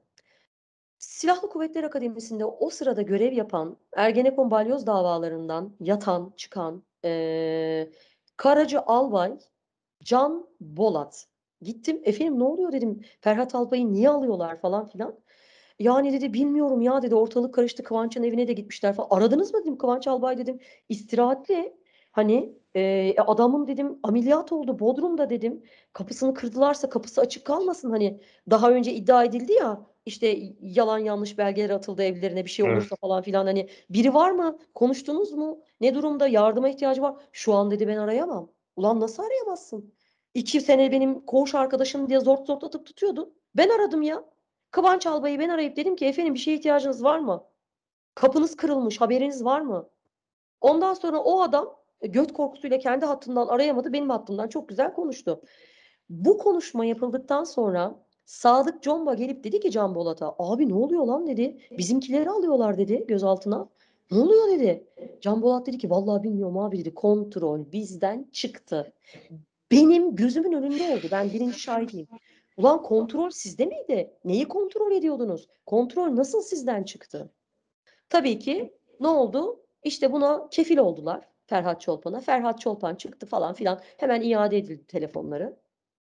Silahlı Kuvvetler Akademisi'nde o sırada görev yapan Ergenekon balyoz davalarından yatan çıkan eee Karacı Albay Can Bolat. Gittim efendim ne oluyor dedim. Ferhat Albay'ı niye alıyorlar falan filan. Yani dedi bilmiyorum ya dedi ortalık karıştı Kıvanç'ın evine de gitmişler falan. Aradınız mı dedim Kıvanç Albay dedim. İstirahatli. Hani e, adamın dedim ameliyat oldu Bodrum'da dedim. Kapısını kırdılarsa kapısı açık kalmasın. Hani daha önce iddia edildi ya işte yalan yanlış belgeler atıldı evlerine bir şey
Evet.
olursa falan filan. Hani biri var mı? Konuştunuz mu? Ne durumda? Yardıma ihtiyacı var. Şu an dedi ben arayamam. Ulan nasıl arayamazsın? İki sene benim koğuş arkadaşım diye zort zort atıp tutuyordu. Ben aradım ya. Kıvanç Albay'ı ben arayıp dedim ki efendim bir şeye ihtiyacınız var mı? Kapınız kırılmış haberiniz var mı? Ondan sonra o adam e, göt korkusuyla kendi hattından arayamadı benim hattımdan çok güzel konuştu. Bu konuşma yapıldıktan sonra Sadık Comba gelip dedi ki Can Bolat'a abi ne oluyor lan dedi. Bizimkileri alıyorlar dedi gözaltına. Ne oluyor dedi. Can Bolat dedi ki vallahi bilmiyorum abi dedi kontrol bizden çıktı. Benim gözümün önünde oldu. Ben birinci şahidiyim. Ulan kontrol sizde miydi? Neyi kontrol ediyordunuz? Kontrol nasıl sizden çıktı? Tabii ki ne oldu? İşte buna kefil oldular Ferhat Çolpan'a. Ferhat Çolpan çıktı falan filan. Hemen iade edildi telefonları.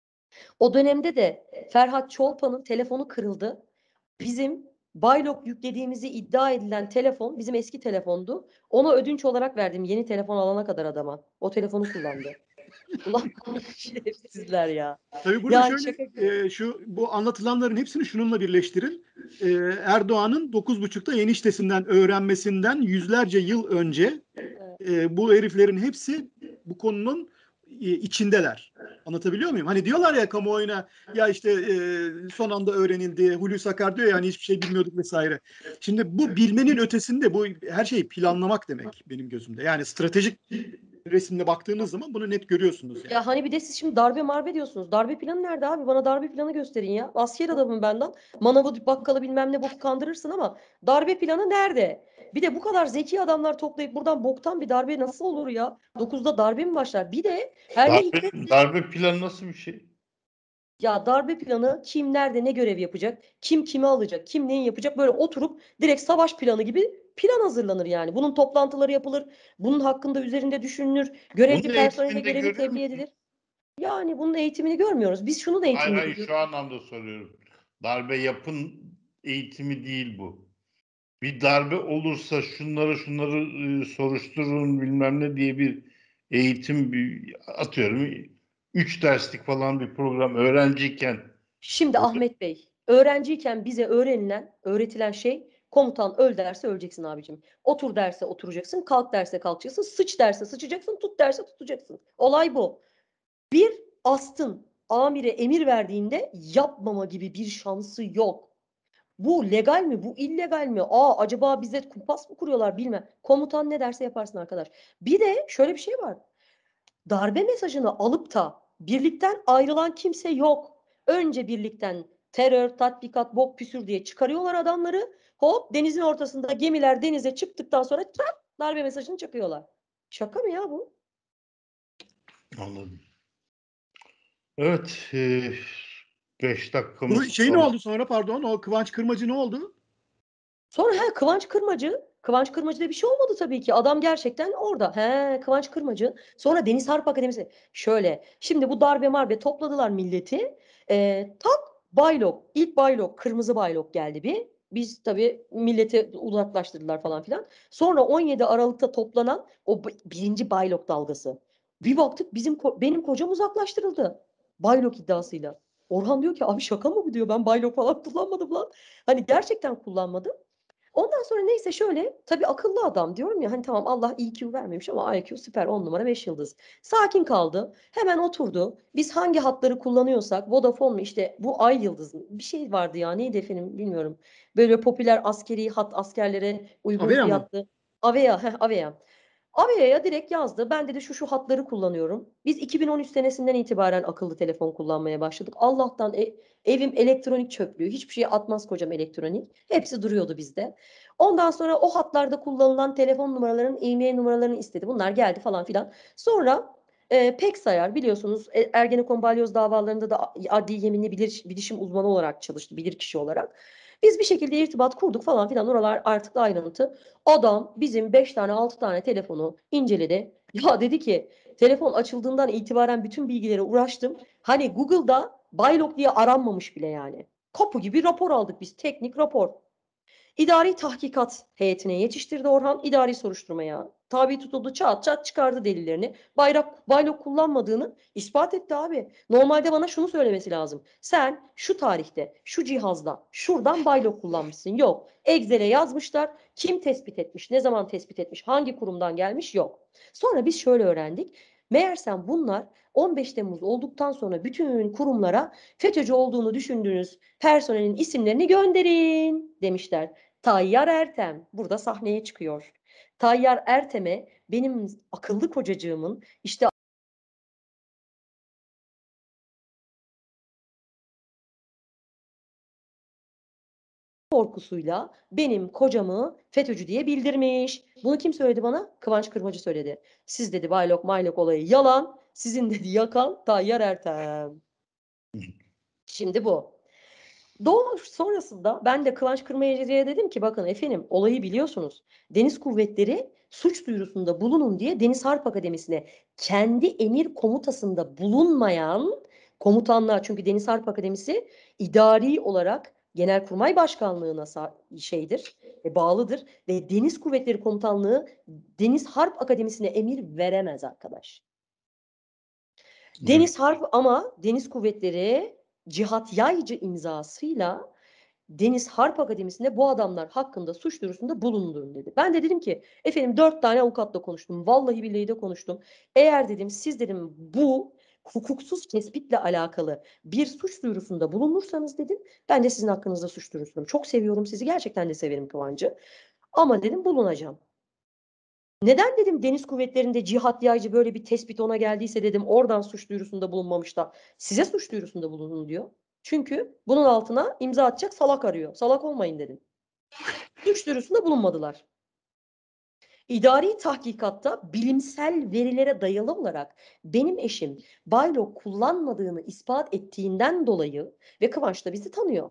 O dönemde de Ferhat Çolpan'ın telefonu kırıldı. Bizim Baylok yüklediğimizi iddia edilen telefon bizim eski telefondu. Ona ödünç olarak verdim yeni telefon alana kadar adama. O telefonu kullandı. Ulan şerefsizler ya.
Tabii burada
Yani
şöyle
şaka gibi.
e, şu bu anlatılanların hepsini şununla birleştirin. E, Erdoğan'ın dokuz buçukta eniştesinden öğrenmesinden yüzlerce yıl önce
Evet.
e, bu heriflerin hepsi bu konunun e, içindeler. Anlatabiliyor muyum? Hani diyorlar ya kamuoyuna ya işte e, son anda öğrenildi. Hulusi Akar diyor ya hani hiçbir şey bilmiyorduk vesaire. Şimdi bu bilmenin ötesinde bu her şeyi planlamak demek benim gözümde. Yani stratejik resimle baktığınız zaman bunu net görüyorsunuz yani.
Ya hani bir de siz şimdi darbe marbe diyorsunuz. Darbe planı nerede abi? Bana darbe planı gösterin ya. Asker adamım benden. Manavı bakkalı bilmem ne boku kandırırsın ama darbe planı nerede? Bir de bu kadar zeki adamlar toplayıp buradan boktan bir darbe nasıl olur ya? Dokuzda darbe mi başlar? Bir de her ne
Darbe,
hikmetse
darbe planı nasıl bir şey?
ya darbe planı kim nerede ne görev yapacak? Kim kimi alacak? Kim neyi yapacak? Böyle oturup direkt savaş planı gibi plan hazırlanır yani. Bunun toplantıları yapılır. Bunun hakkında üzerinde düşünülür. Görevli
Bunun
personele
eğitiminde
görevi
görüyor
tebliğ
musun?
edilir. Yani bunun eğitimini görmüyoruz. Biz şunun
Hayır
eğitimini
hayır
görüyoruz.
şu anlamda soruyorum. Darbe yapın eğitimi değil bu. Bir darbe olursa şunları şunları e, soruşturun bilmem ne diye bir eğitim bir, atıyorum üç derslik falan bir program öğrenciyken
Şimdi Ahmet Bey, öğrenciyken bize öğrenilen, öğretilen şey komutan öl derse öleceksin abicim. Otur derse oturacaksın, kalk derse kalkacaksın, sıç derse sıçacaksın, tut derse tutacaksın. Olay bu. Bir astın amire emir verdiğinde yapmama gibi bir şansı yok. Bu legal mi? Bu illegal mi? Aa acaba bize kumpas mı kuruyorlar bilmem. Komutan ne derse yaparsın arkadaş. Bir de şöyle bir şey var. Darbe mesajını alıp da birlikten ayrılan kimse yok. Önce birlikten terör, tatbikat, bok püsür diye çıkarıyorlar adamları. Hop denizin ortasında gemiler denize çıktıktan sonra çat, darbe mesajını çakıyorlar. Şaka mı ya bu?
anladım. Evet, e, beş
Bu
dakikamız
şey ne
kaldı.
oldu sonra pardon o Kıvanç Kırmacı ne oldu?
Sonra ha, Kıvanç Kırmacı Kıvanç Kırmacı'da bir şey olmadı tabii ki. Adam gerçekten orada. He, Kıvanç Kırmacı. Sonra Deniz Harp Akademisi. Şöyle. Şimdi bu darbe marbe topladılar milleti. Ee, tak baylok. İlk baylok. Kırmızı baylok geldi bir. Biz tabii milleti uzaklaştırdılar falan filan. Sonra on yedi Aralık'ta toplanan o b- birinci baylok dalgası. Bir baktık bizim ko- benim kocam uzaklaştırıldı. Baylok iddiasıyla. Orhan diyor ki abi şaka mı bu diyor. Ben baylok falan kullanmadım lan. Hani gerçekten kullanmadım. Ondan sonra neyse şöyle tabii akıllı adam diyorum ya hani tamam Allah E Q vermemiş ama I Q süper on numara beş yıldız. Sakin kaldı. Hemen oturdu. Biz hangi hatları kullanıyorsak Vodafone mu işte bu Ay Yıldız mı? Bir şey vardı ya neydi efendim bilmiyorum. Böyle popüler askeri hat askerlere uygun
Avera mı?
fiyatlı. Avea, heh, Avea. Avea'ya direkt yazdı. Ben dedi şu şu hatları kullanıyorum. Biz iki bin on üç senesinden itibaren akıllı telefon kullanmaya başladık. Allah'tan e- evim elektronik çöplüğü. Hiçbir şey atmaz kocam elektronik. Hepsi duruyordu bizde. Ondan sonra o hatlarda kullanılan telefon numaralarının e-mail numaralarını istedi. Bunlar geldi falan filan. Sonra e, Peksayar biliyorsunuz e, Ergenekon balyoz davalarında da adli yeminli bilir, bilişim uzmanı olarak çalıştı. Bilirkişi olarak. Biz bir şekilde irtibat kurduk falan filan. Oralar artık da ayrıntı. Adam bizim beş tane altı tane telefonu inceledi. Ya dedi ki telefon açıldığından itibaren bütün bilgilere uğraştım. Hani Google'da Baylok diye aranmamış bile yani. Kapı gibi rapor aldık biz. Teknik rapor. İdari tahkikat heyetine yetiştirdi Orhan. İdari soruşturmaya tabi tutuldu. Çat çat çıkardı delillerini. Bayrak, baylok kullanmadığını ispat etti abi. Normalde bana şunu söylemesi lazım. Sen şu tarihte, şu cihazda, şuradan baylok kullanmışsın. Yok. Excel'e yazmışlar. Kim tespit etmiş, ne zaman tespit etmiş, hangi kurumdan gelmiş yok. Sonra biz şöyle öğrendik. Meğersem bunlar on beş Temmuz olduktan sonra bütün kurumlara FETÖ'cü olduğunu düşündüğünüz personelin isimlerini gönderin demişler. Tayyar Ertem burada sahneye çıkıyor. Tayyar Ertem'e benim akıllı kocacığımın işte korkusuyla benim kocamı FETÖ'cü diye bildirmiş. Bunu kim söyledi bana? Kıvanç Kırmacı söyledi. Siz dedi baylok maylok olayı yalan. Sizin dedi yakan Tayyar Ertem. Şimdi bu. Doğu sonrasında ben de Kıvanç Kırmızıcı'ya dedim ki bakın efendim olayı biliyorsunuz. Deniz Kuvvetleri suç duyurusunda bulunun diye Deniz Harp Akademisi'ne kendi emir komutasında bulunmayan komutanlar çünkü Deniz Harp Akademisi idari olarak Genelkurmay Başkanlığı'na şeydir, e, bağlıdır ve Deniz Kuvvetleri Komutanlığı Deniz Harp Akademisi'ne emir veremez arkadaş. Deniz Harp ama Deniz Kuvvetleri Cihat Yaycı imzasıyla Deniz Harp Akademisi'nde bu adamlar hakkında suç duyurusunda bulundurun dedi. Ben de dedim ki efendim dört tane avukatla konuştum. Vallahi billahi de konuştum. Eğer dedim siz dedim bu hukuksuz tespitle alakalı bir suç duyurusunda bulunursanız dedim ben de sizin hakkınızda suç duyurusurum. Çok seviyorum sizi gerçekten de severim Kıvancı. Ama dedim bulunacağım. Neden dedim Deniz Kuvvetleri'nde cihat yaycı böyle bir tespit ona geldiyse dedim oradan suç duyurusunda bulunmamış da size suç duyurusunda bulunun diyor. Çünkü bunun altına imza atacak salak arıyor. Salak olmayın dedim. Suç duyurusunda bulunmadılar. İdari tahkikatta bilimsel verilere dayalı olarak benim eşim Baylo kullanmadığını ispat ettiğinden dolayı ve Kıvanç da bizi tanıyor.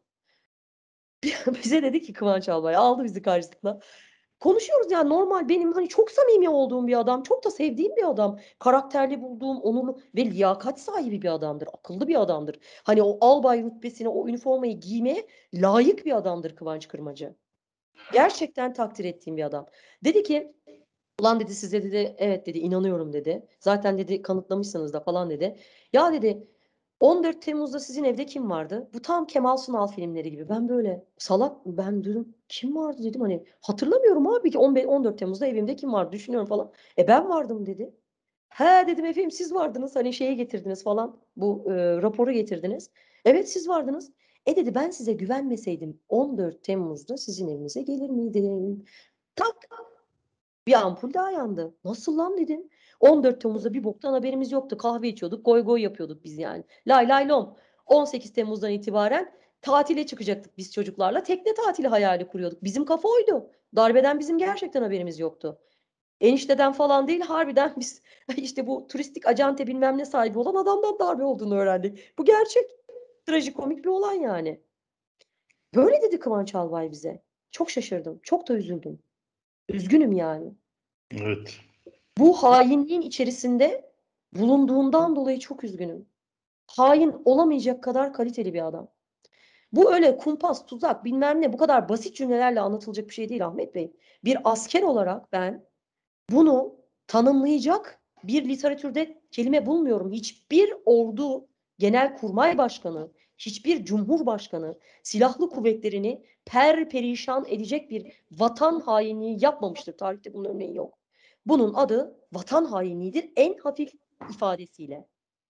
Bize dedi ki Kıvanç Albay aldı bizi karşısına. Konuşuyoruz yani normal benim hani çok samimi olduğum bir adam, çok da sevdiğim bir adam. Karakterli bulduğum, onurlu ve liyakat sahibi bir adamdır. Akıllı bir adamdır. Hani o albay rütbesine, o üniformayı giymeye layık bir adamdır Kıvanç Kırmacı. Gerçekten takdir ettiğim bir adam. Dedi ki ulan dedi size dedi evet dedi inanıyorum dedi. Zaten dedi kanıtlamışsınız da falan dedi. Ya dedi on dört Temmuz'da sizin evde kim vardı? Bu tam Kemal Sunal filmleri gibi. Ben böyle salak ben dedim kim vardı dedim hani hatırlamıyorum abi ki on beş on dört Temmuz'da evimde kim vardı düşünüyorum falan. E ben vardım dedi. He dedim efendim siz vardınız hani şeyi getirdiniz falan bu e, raporu getirdiniz. Evet siz vardınız. E dedi ben size güvenmeseydim on dört Temmuz'da sizin evinize gelir miydim? Tak bir ampul daha yandı. Nasıl lan dedim. on dört Temmuz'da bir boktan haberimiz yoktu. Kahve içiyorduk, goy goy yapıyorduk biz yani. Lay lay lom. on sekiz Temmuz'dan itibaren tatile çıkacaktık biz çocuklarla. Tekne tatili hayali kuruyorduk. Bizim kafa oydu. Darbeden bizim gerçekten haberimiz yoktu. Enişteden falan değil, harbiden biz işte bu turistik acente bilmem ne sahibi olan adamdan darbe olduğunu öğrendik. Bu gerçek. Trajikomik bir olay yani. Böyle dedi Kıvanç Albay bize. Çok şaşırdım. Çok da üzüldüm. Üzgünüm yani.
Evet.
Bu hainliğin içerisinde bulunduğundan dolayı çok üzgünüm. Hain olamayacak kadar kaliteli bir adam. Bu öyle kumpas, tuzak, bilmem ne bu kadar basit cümlelerle anlatılacak bir şey değil Ahmet Bey. Bir asker olarak ben bunu tanımlayacak bir literatürde kelime bulmuyorum. Hiçbir ordu genelkurmay başkanı, hiçbir cumhurbaşkanı silahlı kuvvetlerini perperişan edecek bir vatan hainliği yapmamıştır. Tarihte bunun örneği yok. Bunun adı vatan hainliğidir en hafif ifadesiyle.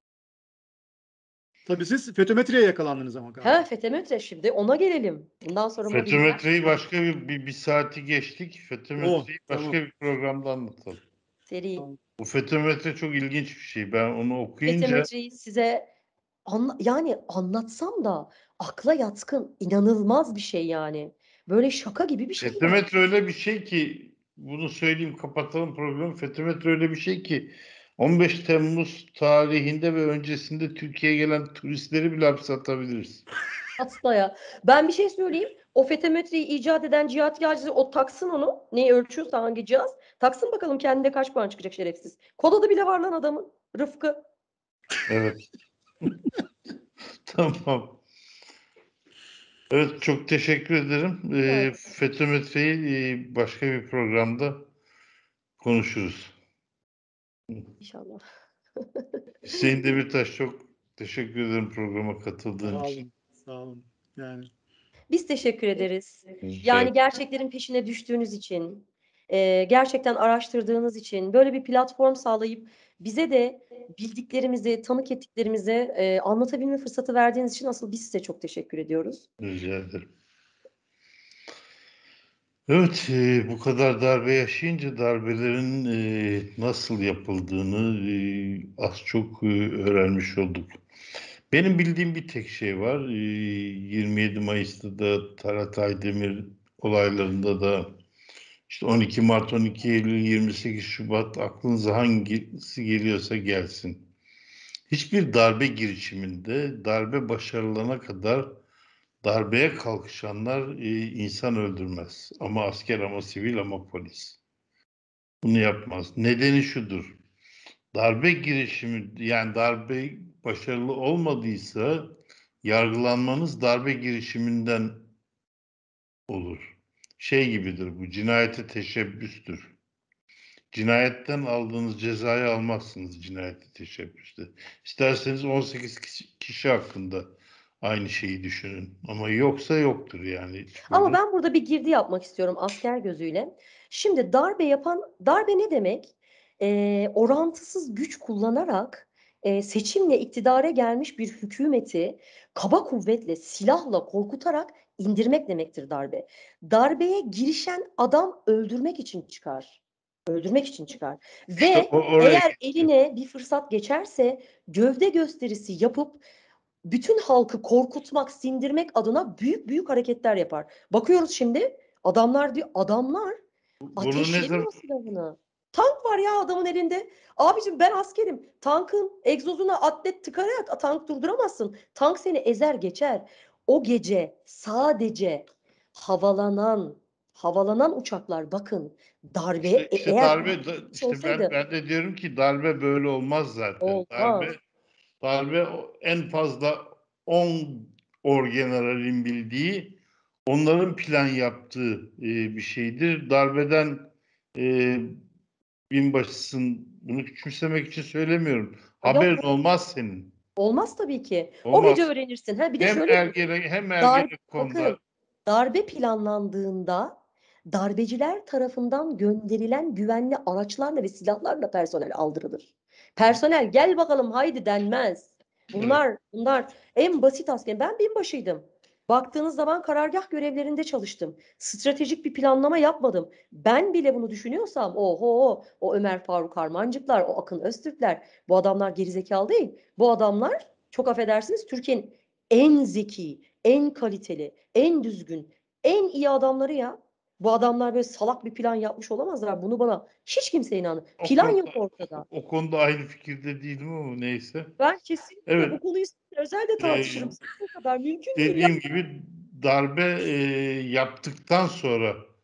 Tabii siz FETÖ-METRE'ye yakalandınız ama galiba.
Ha FETÖ-METRE şimdi ona gelelim. Bundan sonra mobilizasyon.
FETÖ-METRE'yi başka bir, bir, bir saati geçtik.
Oh,
FETÖ-METRE'yi başka
tamam.
bir programda anlatalım.
Seri.
Bu FETÖ-METRE çok ilginç bir şey. Ben onu okuyunca
FETÖ-METRE'yi size anla, yani anlatsam da akla yatkın, inanılmaz bir şey yani. Böyle şaka gibi bir şey yani.
FETÖ-METRE öyle bir şey ki, bunu söyleyeyim kapatalım programı. FETÖ-METRE öyle bir şey ki on beş Temmuz tarihinde ve öncesinde Türkiye'ye gelen turistleri bile hapse atabiliriz.
Hastaya. Ben bir şey söyleyeyim. O FETÖ-METRE'yi icat eden Cihat Yağcı o taksın onu. Neyi ölçüyorsa hangi cihaz. Taksın bakalım kendine kaç puan çıkacak şerefsiz. Kod adı bile var lan adamın. Rıfkı.
Evet. Tamam. Evet, çok teşekkür ederim. Ee, FETÖ-METRE'yi e, başka bir programda konuşuruz.
İnşallah.
Hüseyin Demirtaş, çok teşekkür ederim programa katıldığın
Sağ
için.
olun. Sağ olun. Yani
Biz teşekkür ederiz.
Rica
Yani
ederim.
gerçeklerin peşine düştüğünüz için, e, gerçekten araştırdığınız için, böyle bir platform sağlayıp bize de bildiklerimizi, tanık ettiklerimizi e, anlatabilme fırsatı verdiğiniz için asıl biz size çok teşekkür ediyoruz.
Rica ederim. Evet, e, bu kadar darbe yaşayınca darbelerin e, nasıl yapıldığını e, az çok e, öğrenmiş olduk. Benim bildiğim bir tek şey var. E, yirmi yedi Mayıs'ta da Talat Aydemir olaylarında da işte on iki Mart, on iki Eylül, yirmi sekiz Şubat, aklınıza hangisi geliyorsa gelsin. Hiçbir darbe girişiminde darbe başarılana kadar darbeye kalkışanlar e, insan öldürmez. Ama asker, ama sivil, ama polis. Bunu yapmaz. Nedeni şudur. Darbe girişimi, yani darbe başarılı olmadıysa yargılanmanız darbe girişiminden olur. Şey gibidir bu, cinayete teşebbüstür. Cinayetten aldığınız cezayı almazsınız cinayete teşebbüste. İsterseniz on sekiz kişi, kişi hakkında aynı şeyi düşünün. Ama yoksa yoktur yani. Hiç
Ama
böyle.
ben burada bir girdi yapmak istiyorum asker gözüyle. Şimdi darbe yapan, darbe ne demek? E, orantısız güç kullanarak e, seçimle iktidara gelmiş bir hükümeti kaba kuvvetle, silahla korkutarak indirmek demektir darbe. Darbeye girişen adam öldürmek için çıkar. Öldürmek için çıkar.
İşte
Ve
o oraya
eğer
gidiyor.
eline bir fırsat geçerse gövde gösterisi yapıp bütün halkı korkutmak, sindirmek adına büyük büyük hareketler yapar. Bakıyoruz şimdi adamlar diyor adamlar
Bunu ne zaman
ateşlemiyor silahını. Tank var ya adamın elinde. Abicim ben askerim. Tankın egzozuna atlet tıkarak tank durduramazsın. Tank seni ezer geçer. O gece sadece havalanan havalanan uçaklar bakın darbeye
işte
e-
işte
eğer
darbe da- işte ben
olsaydı
ben de diyorum ki darbe böyle olmaz zaten. Darbe
olmaz.
darbe o- en fazla on orgeneralin bildiği, onların plan yaptığı e, bir şeydir. Darbeden e, binbaşısın. Bunu küçümsemek için söylemiyorum.
Yok
Haberin olmaz senin.
olmaz tabii ki. O gece
Olmaz.
öğrenirsin. Ha bir de
Hem
şöyle
ergene hem
Dar,
Ergenekon'da
bakın darbe planlandığında darbeciler tarafından gönderilen güvenli araçlarla ve silahlarla personel aldırılır. Personel gel bakalım haydi denmez.
evet,
Bunlar bunlar en basit asker. Ben binbaşıydım. Baktığınız zaman karargah görevlerinde çalıştım. Stratejik bir planlama yapmadım. Ben bile bunu düşünüyorsam oho o Ömer Faruk Harmancıklar, o Akın Öztürkler bu adamlar gerizekalı değil. Bu adamlar çok affedersiniz Türkiye'nin en zeki, en kaliteli, en düzgün, en iyi adamları ya. Bu adamlar böyle salak bir plan yapmış olamazlar. Bunu bana hiç kimse inanmıyor.
o
Plan
konuda
yok ortada.
o konuda aynı fikirde değilim ama neyse.
Ben kesinlikle bu
Evet,
konuyu sizinle özel de
e,
tartışırım. Bu kadar mümkün değil ya.
dediğim gibi darbe e, yaptıktan sonra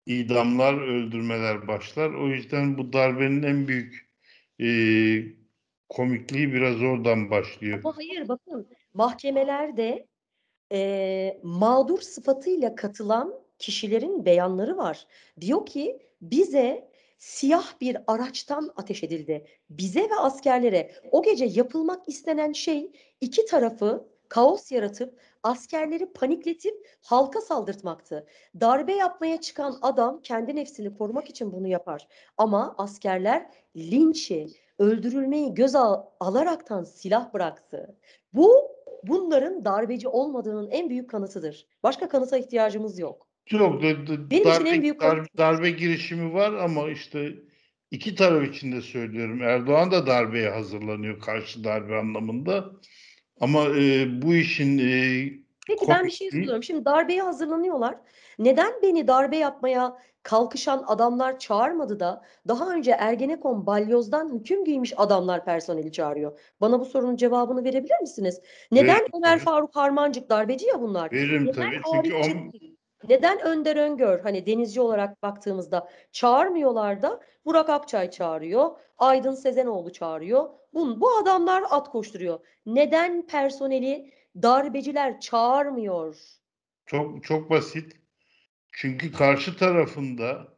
idamlar, öldürmeler başlar. O yüzden bu darbenin en büyük e, komikliği biraz oradan başlıyor.
Ama hayır, bakın mahkemelerde e, mağdur sıfatıyla katılan kişilerin beyanları var. Diyor ki bize siyah bir araçtan ateş edildi. Bize ve askerlere o gece yapılmak istenen şey iki tarafı kaos yaratıp askerleri panikletip halka saldırtmaktı. Darbe yapmaya çıkan adam kendi nefsini korumak için bunu yapar. Ama askerler linçi, öldürülmeyi göz al alaraktan silah bıraktı. Bu bunların darbeci olmadığının en büyük kanıtıdır. Başka kanıta ihtiyacımız yok.
Yok, da- da-
Benim için en
darbe,
büyük
darbe,
kanıt.
darbe girişimi var ama işte iki taraf için de söylüyorum. Erdoğan da darbeye hazırlanıyor, karşı darbe anlamında. Ama e, bu işin e,
Peki ben bir şey
komikliği
soruyorum. Şimdi darbeye hazırlanıyorlar. Neden beni darbe yapmaya kalkışan adamlar çağırmadı da daha önce Ergenekon balyozdan hüküm giymiş adamlar personeli çağırıyor? Bana bu sorunun cevabını verebilir misiniz? Neden
veririm
Ömer
tabii.
Faruk Harmancık darbeci ya bunlar?
Veririm
Neden
tabii. Çünkü
Arif
o,
Çetin, neden Önder Öngör hani denizci olarak baktığımızda çağırmıyorlar da Burak Akçay çağırıyor, Aydın Sezenoğlu çağırıyor. Bu, bu adamlar at koşturuyor. Neden personeli darbeciler çağırmıyor?
çok çok basit. Çünkü karşı tarafında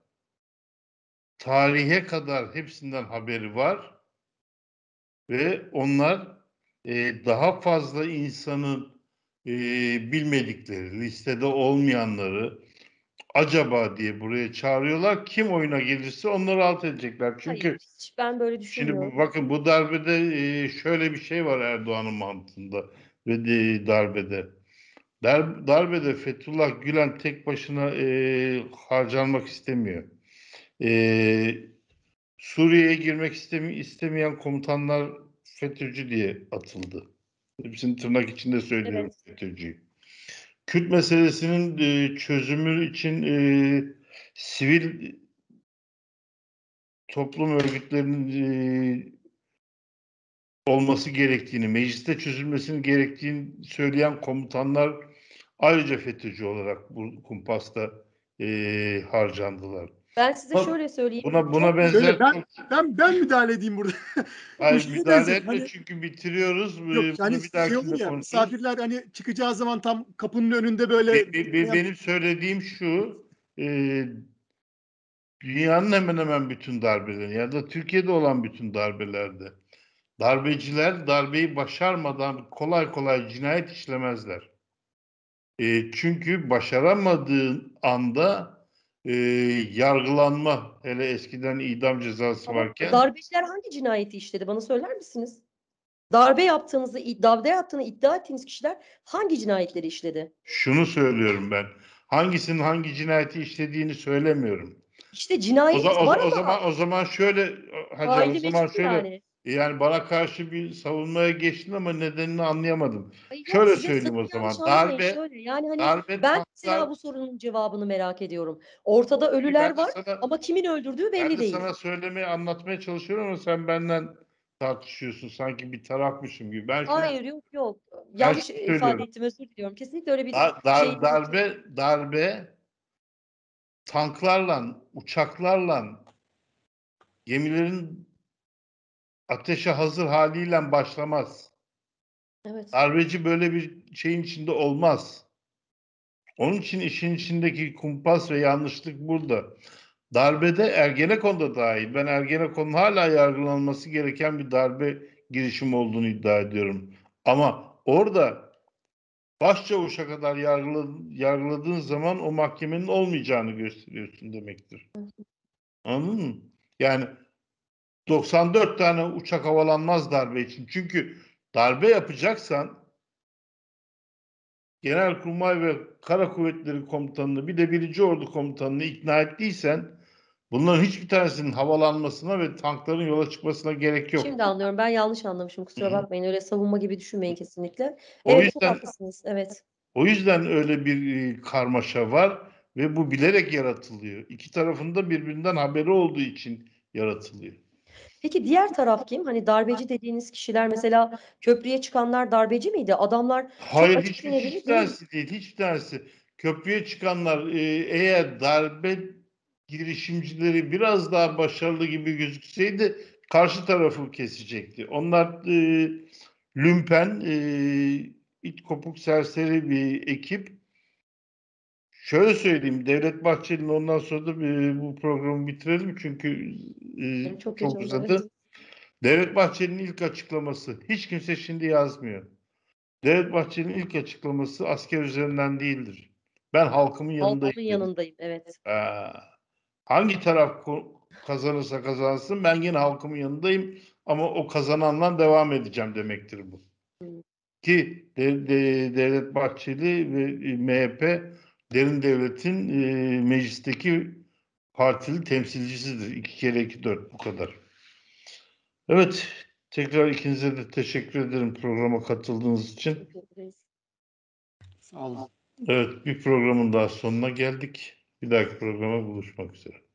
tarihe kadar hepsinden haberi var ve onlar e, daha fazla insanın e, bilmedikleri, listede olmayanları acaba diye buraya çağırıyorlar. Kim oyuna gelirse onları alt edecekler. Çünkü
Hayır, hiç ben böyle
şimdi
düşünmüyorum.
bu- bakın bu darbede e, şöyle bir şey var Erdoğan'ın mantığında ve de, darbede. Dar, darbede Fethullah Gülen tek başına e, harcanmak istemiyor. E, Suriye'ye girmek istemi istemeyen komutanlar FETÖ'cü diye atıldı. Hepsini tırnak içinde söylüyorum,
Evet.
FETÖ'cüyü. Kürt meselesinin e, çözümü için e, sivil toplum örgütlerinin e, olması gerektiğini, mecliste çözülmesinin gerektiğini söyleyen komutanlar ayrıca FETÖ'cü olarak bu kumpasta e, harcandılar.
Ben size
Buna
şöyle söyleyeyim.
buna, buna
Çok
benzer
Şöyle ben
çok
ben ben müdahale edeyim burada. Bu
hayır,
şeye
müdahale
benzedim.
etme
Hani
çünkü bitiriyoruz.
yok
E,
hani
Bunu bir
şey olur
dahakinde
ya
konuşuruz.
misafirler hani çıkacağı zaman tam kapının önünde böyle
Be- be- be- benim söylediğim şu, e, dünyanın hemen hemen bütün darbeleri ya da Türkiye'de olan bütün darbelerde darbeciler darbeyi başarmadan kolay kolay cinayet işlemezler. E, çünkü başaramadığın anda e, yargılanma, hele eskiden idam cezası
Tamam.
varken,
Darbeciler hangi cinayeti işledi? Bana söyler misiniz? Darbe yaptığınızı, darbe yaptığını iddia ettiğiniz kişiler hangi cinayetleri işledi?
şunu söylüyorum ben. Hangisinin hangi cinayeti işlediğini söylemiyorum.
İşte
O, za-
cinayet
o,
var
za- o
ama
zaman o zaman şöyle Hacer, o
faili
zaman
meçhul
şöyle,
yani.
yani bana karşı bir savunmaya geçtin ama nedenini anlayamadım.
Ay yok,
Şöyle
size
söyleyeyim o
sakın yanlış
zaman.
anlamayın.
Darbe
Şöyle yani hani
darbe
ben
tanklar,
mesela bu sorunun cevabını merak ediyorum. Ortada
ben
ölüler
de
var
sana
ama kimin öldürdüğü
ben
belli
de
değil.
sana söylemeye, anlatmaya çalışıyorum ama sen benden tartışıyorsun sanki bir tarafmışım gibi. Ben şunu
Hayır, yok yok.
ben
Yanlış
şunu
ifade
söylüyorum.
ettim, özür diliyorum. Kesinlikle öyle bir
Dar, dar-
şeyim yok.
darbe darbe tanklarla, uçaklarla, gemilerin ateşe hazır haliyle başlamaz.
Evet.
Darbeci böyle bir şeyin içinde olmaz. Onun için işin içindeki kumpas ve yanlışlık burada. Darbede Ergenekon da dahil. Ben Ergenekon'un hala yargılanması gereken bir darbe girişimi olduğunu iddia ediyorum. Ama orada başçavuşa kadar yargıla, yargıladığın zaman o mahkemenin olmayacağını gösteriyorsun demektir. Anladın mı? Yani doksan dört tane uçak havalanmaz darbe için. Çünkü darbe yapacaksan Genelkurmay ve Kara Kuvvetleri Komutanı'nı, bir de Birinci Ordu Komutanı'nı ikna ettiysen bunların hiçbir tanesinin havalanmasına ve tankların yola çıkmasına gerek yok.
Şimdi anlıyorum. Ben yanlış anlamışım.
Hı
Kusura
hı.
bakmayın. Öyle savunma gibi düşünmeyin kesinlikle.
O
Evet, çok
yüzden
haklısınız. Evet.
o yüzden öyle bir e, karmaşa var ve bu bilerek yaratılıyor. İki tarafında birbirinden haberi olduğu için yaratılıyor.
Peki diğer taraf kim? Hani darbeci dediğiniz kişiler mesela köprüye çıkanlar darbeci miydi? Adamlar çok
Hayır,
açık bir
hiçbir
nedeni
hiçbir
değil.
tanesi değil, hiçbir tanesi. Köprüye çıkanlar e, eğer darbe girişimcileri biraz daha başarılı gibi gözükseydi karşı tarafı kesecekti. Onlar e, lümpen, e, it kopuk serseri bir ekip. Şöyle söyleyeyim, Devlet Bahçeli'nin ondan sonra da e, bu programı bitirelim çünkü e,
Çok
çok
geç oldu,
uzadı.
evet.
Devlet Bahçeli'nin ilk açıklaması, hiç kimse şimdi yazmıyor. Devlet Bahçeli'nin ilk açıklaması asker üzerinden değildir. Ben halkımın yanındayım
Halkımın
dedi.
yanındayım, evet.
Ee, hangi taraf ko- kazanırsa kazansın ben yine halkımın yanındayım ama o kazananla devam edeceğim demektir bu.
Hı.
Ki de, de- Devlet Bahçeli ve e, M H P derin devletin e, meclisteki partili temsilcisidir. İki kere iki dört bu kadar. Evet, tekrar ikinize de teşekkür ederim programa katıldığınız için.
Teşekkür ederiz.
Sağ olun.
Evet, bir programın daha sonuna geldik. Bir dahaki programa buluşmak üzere.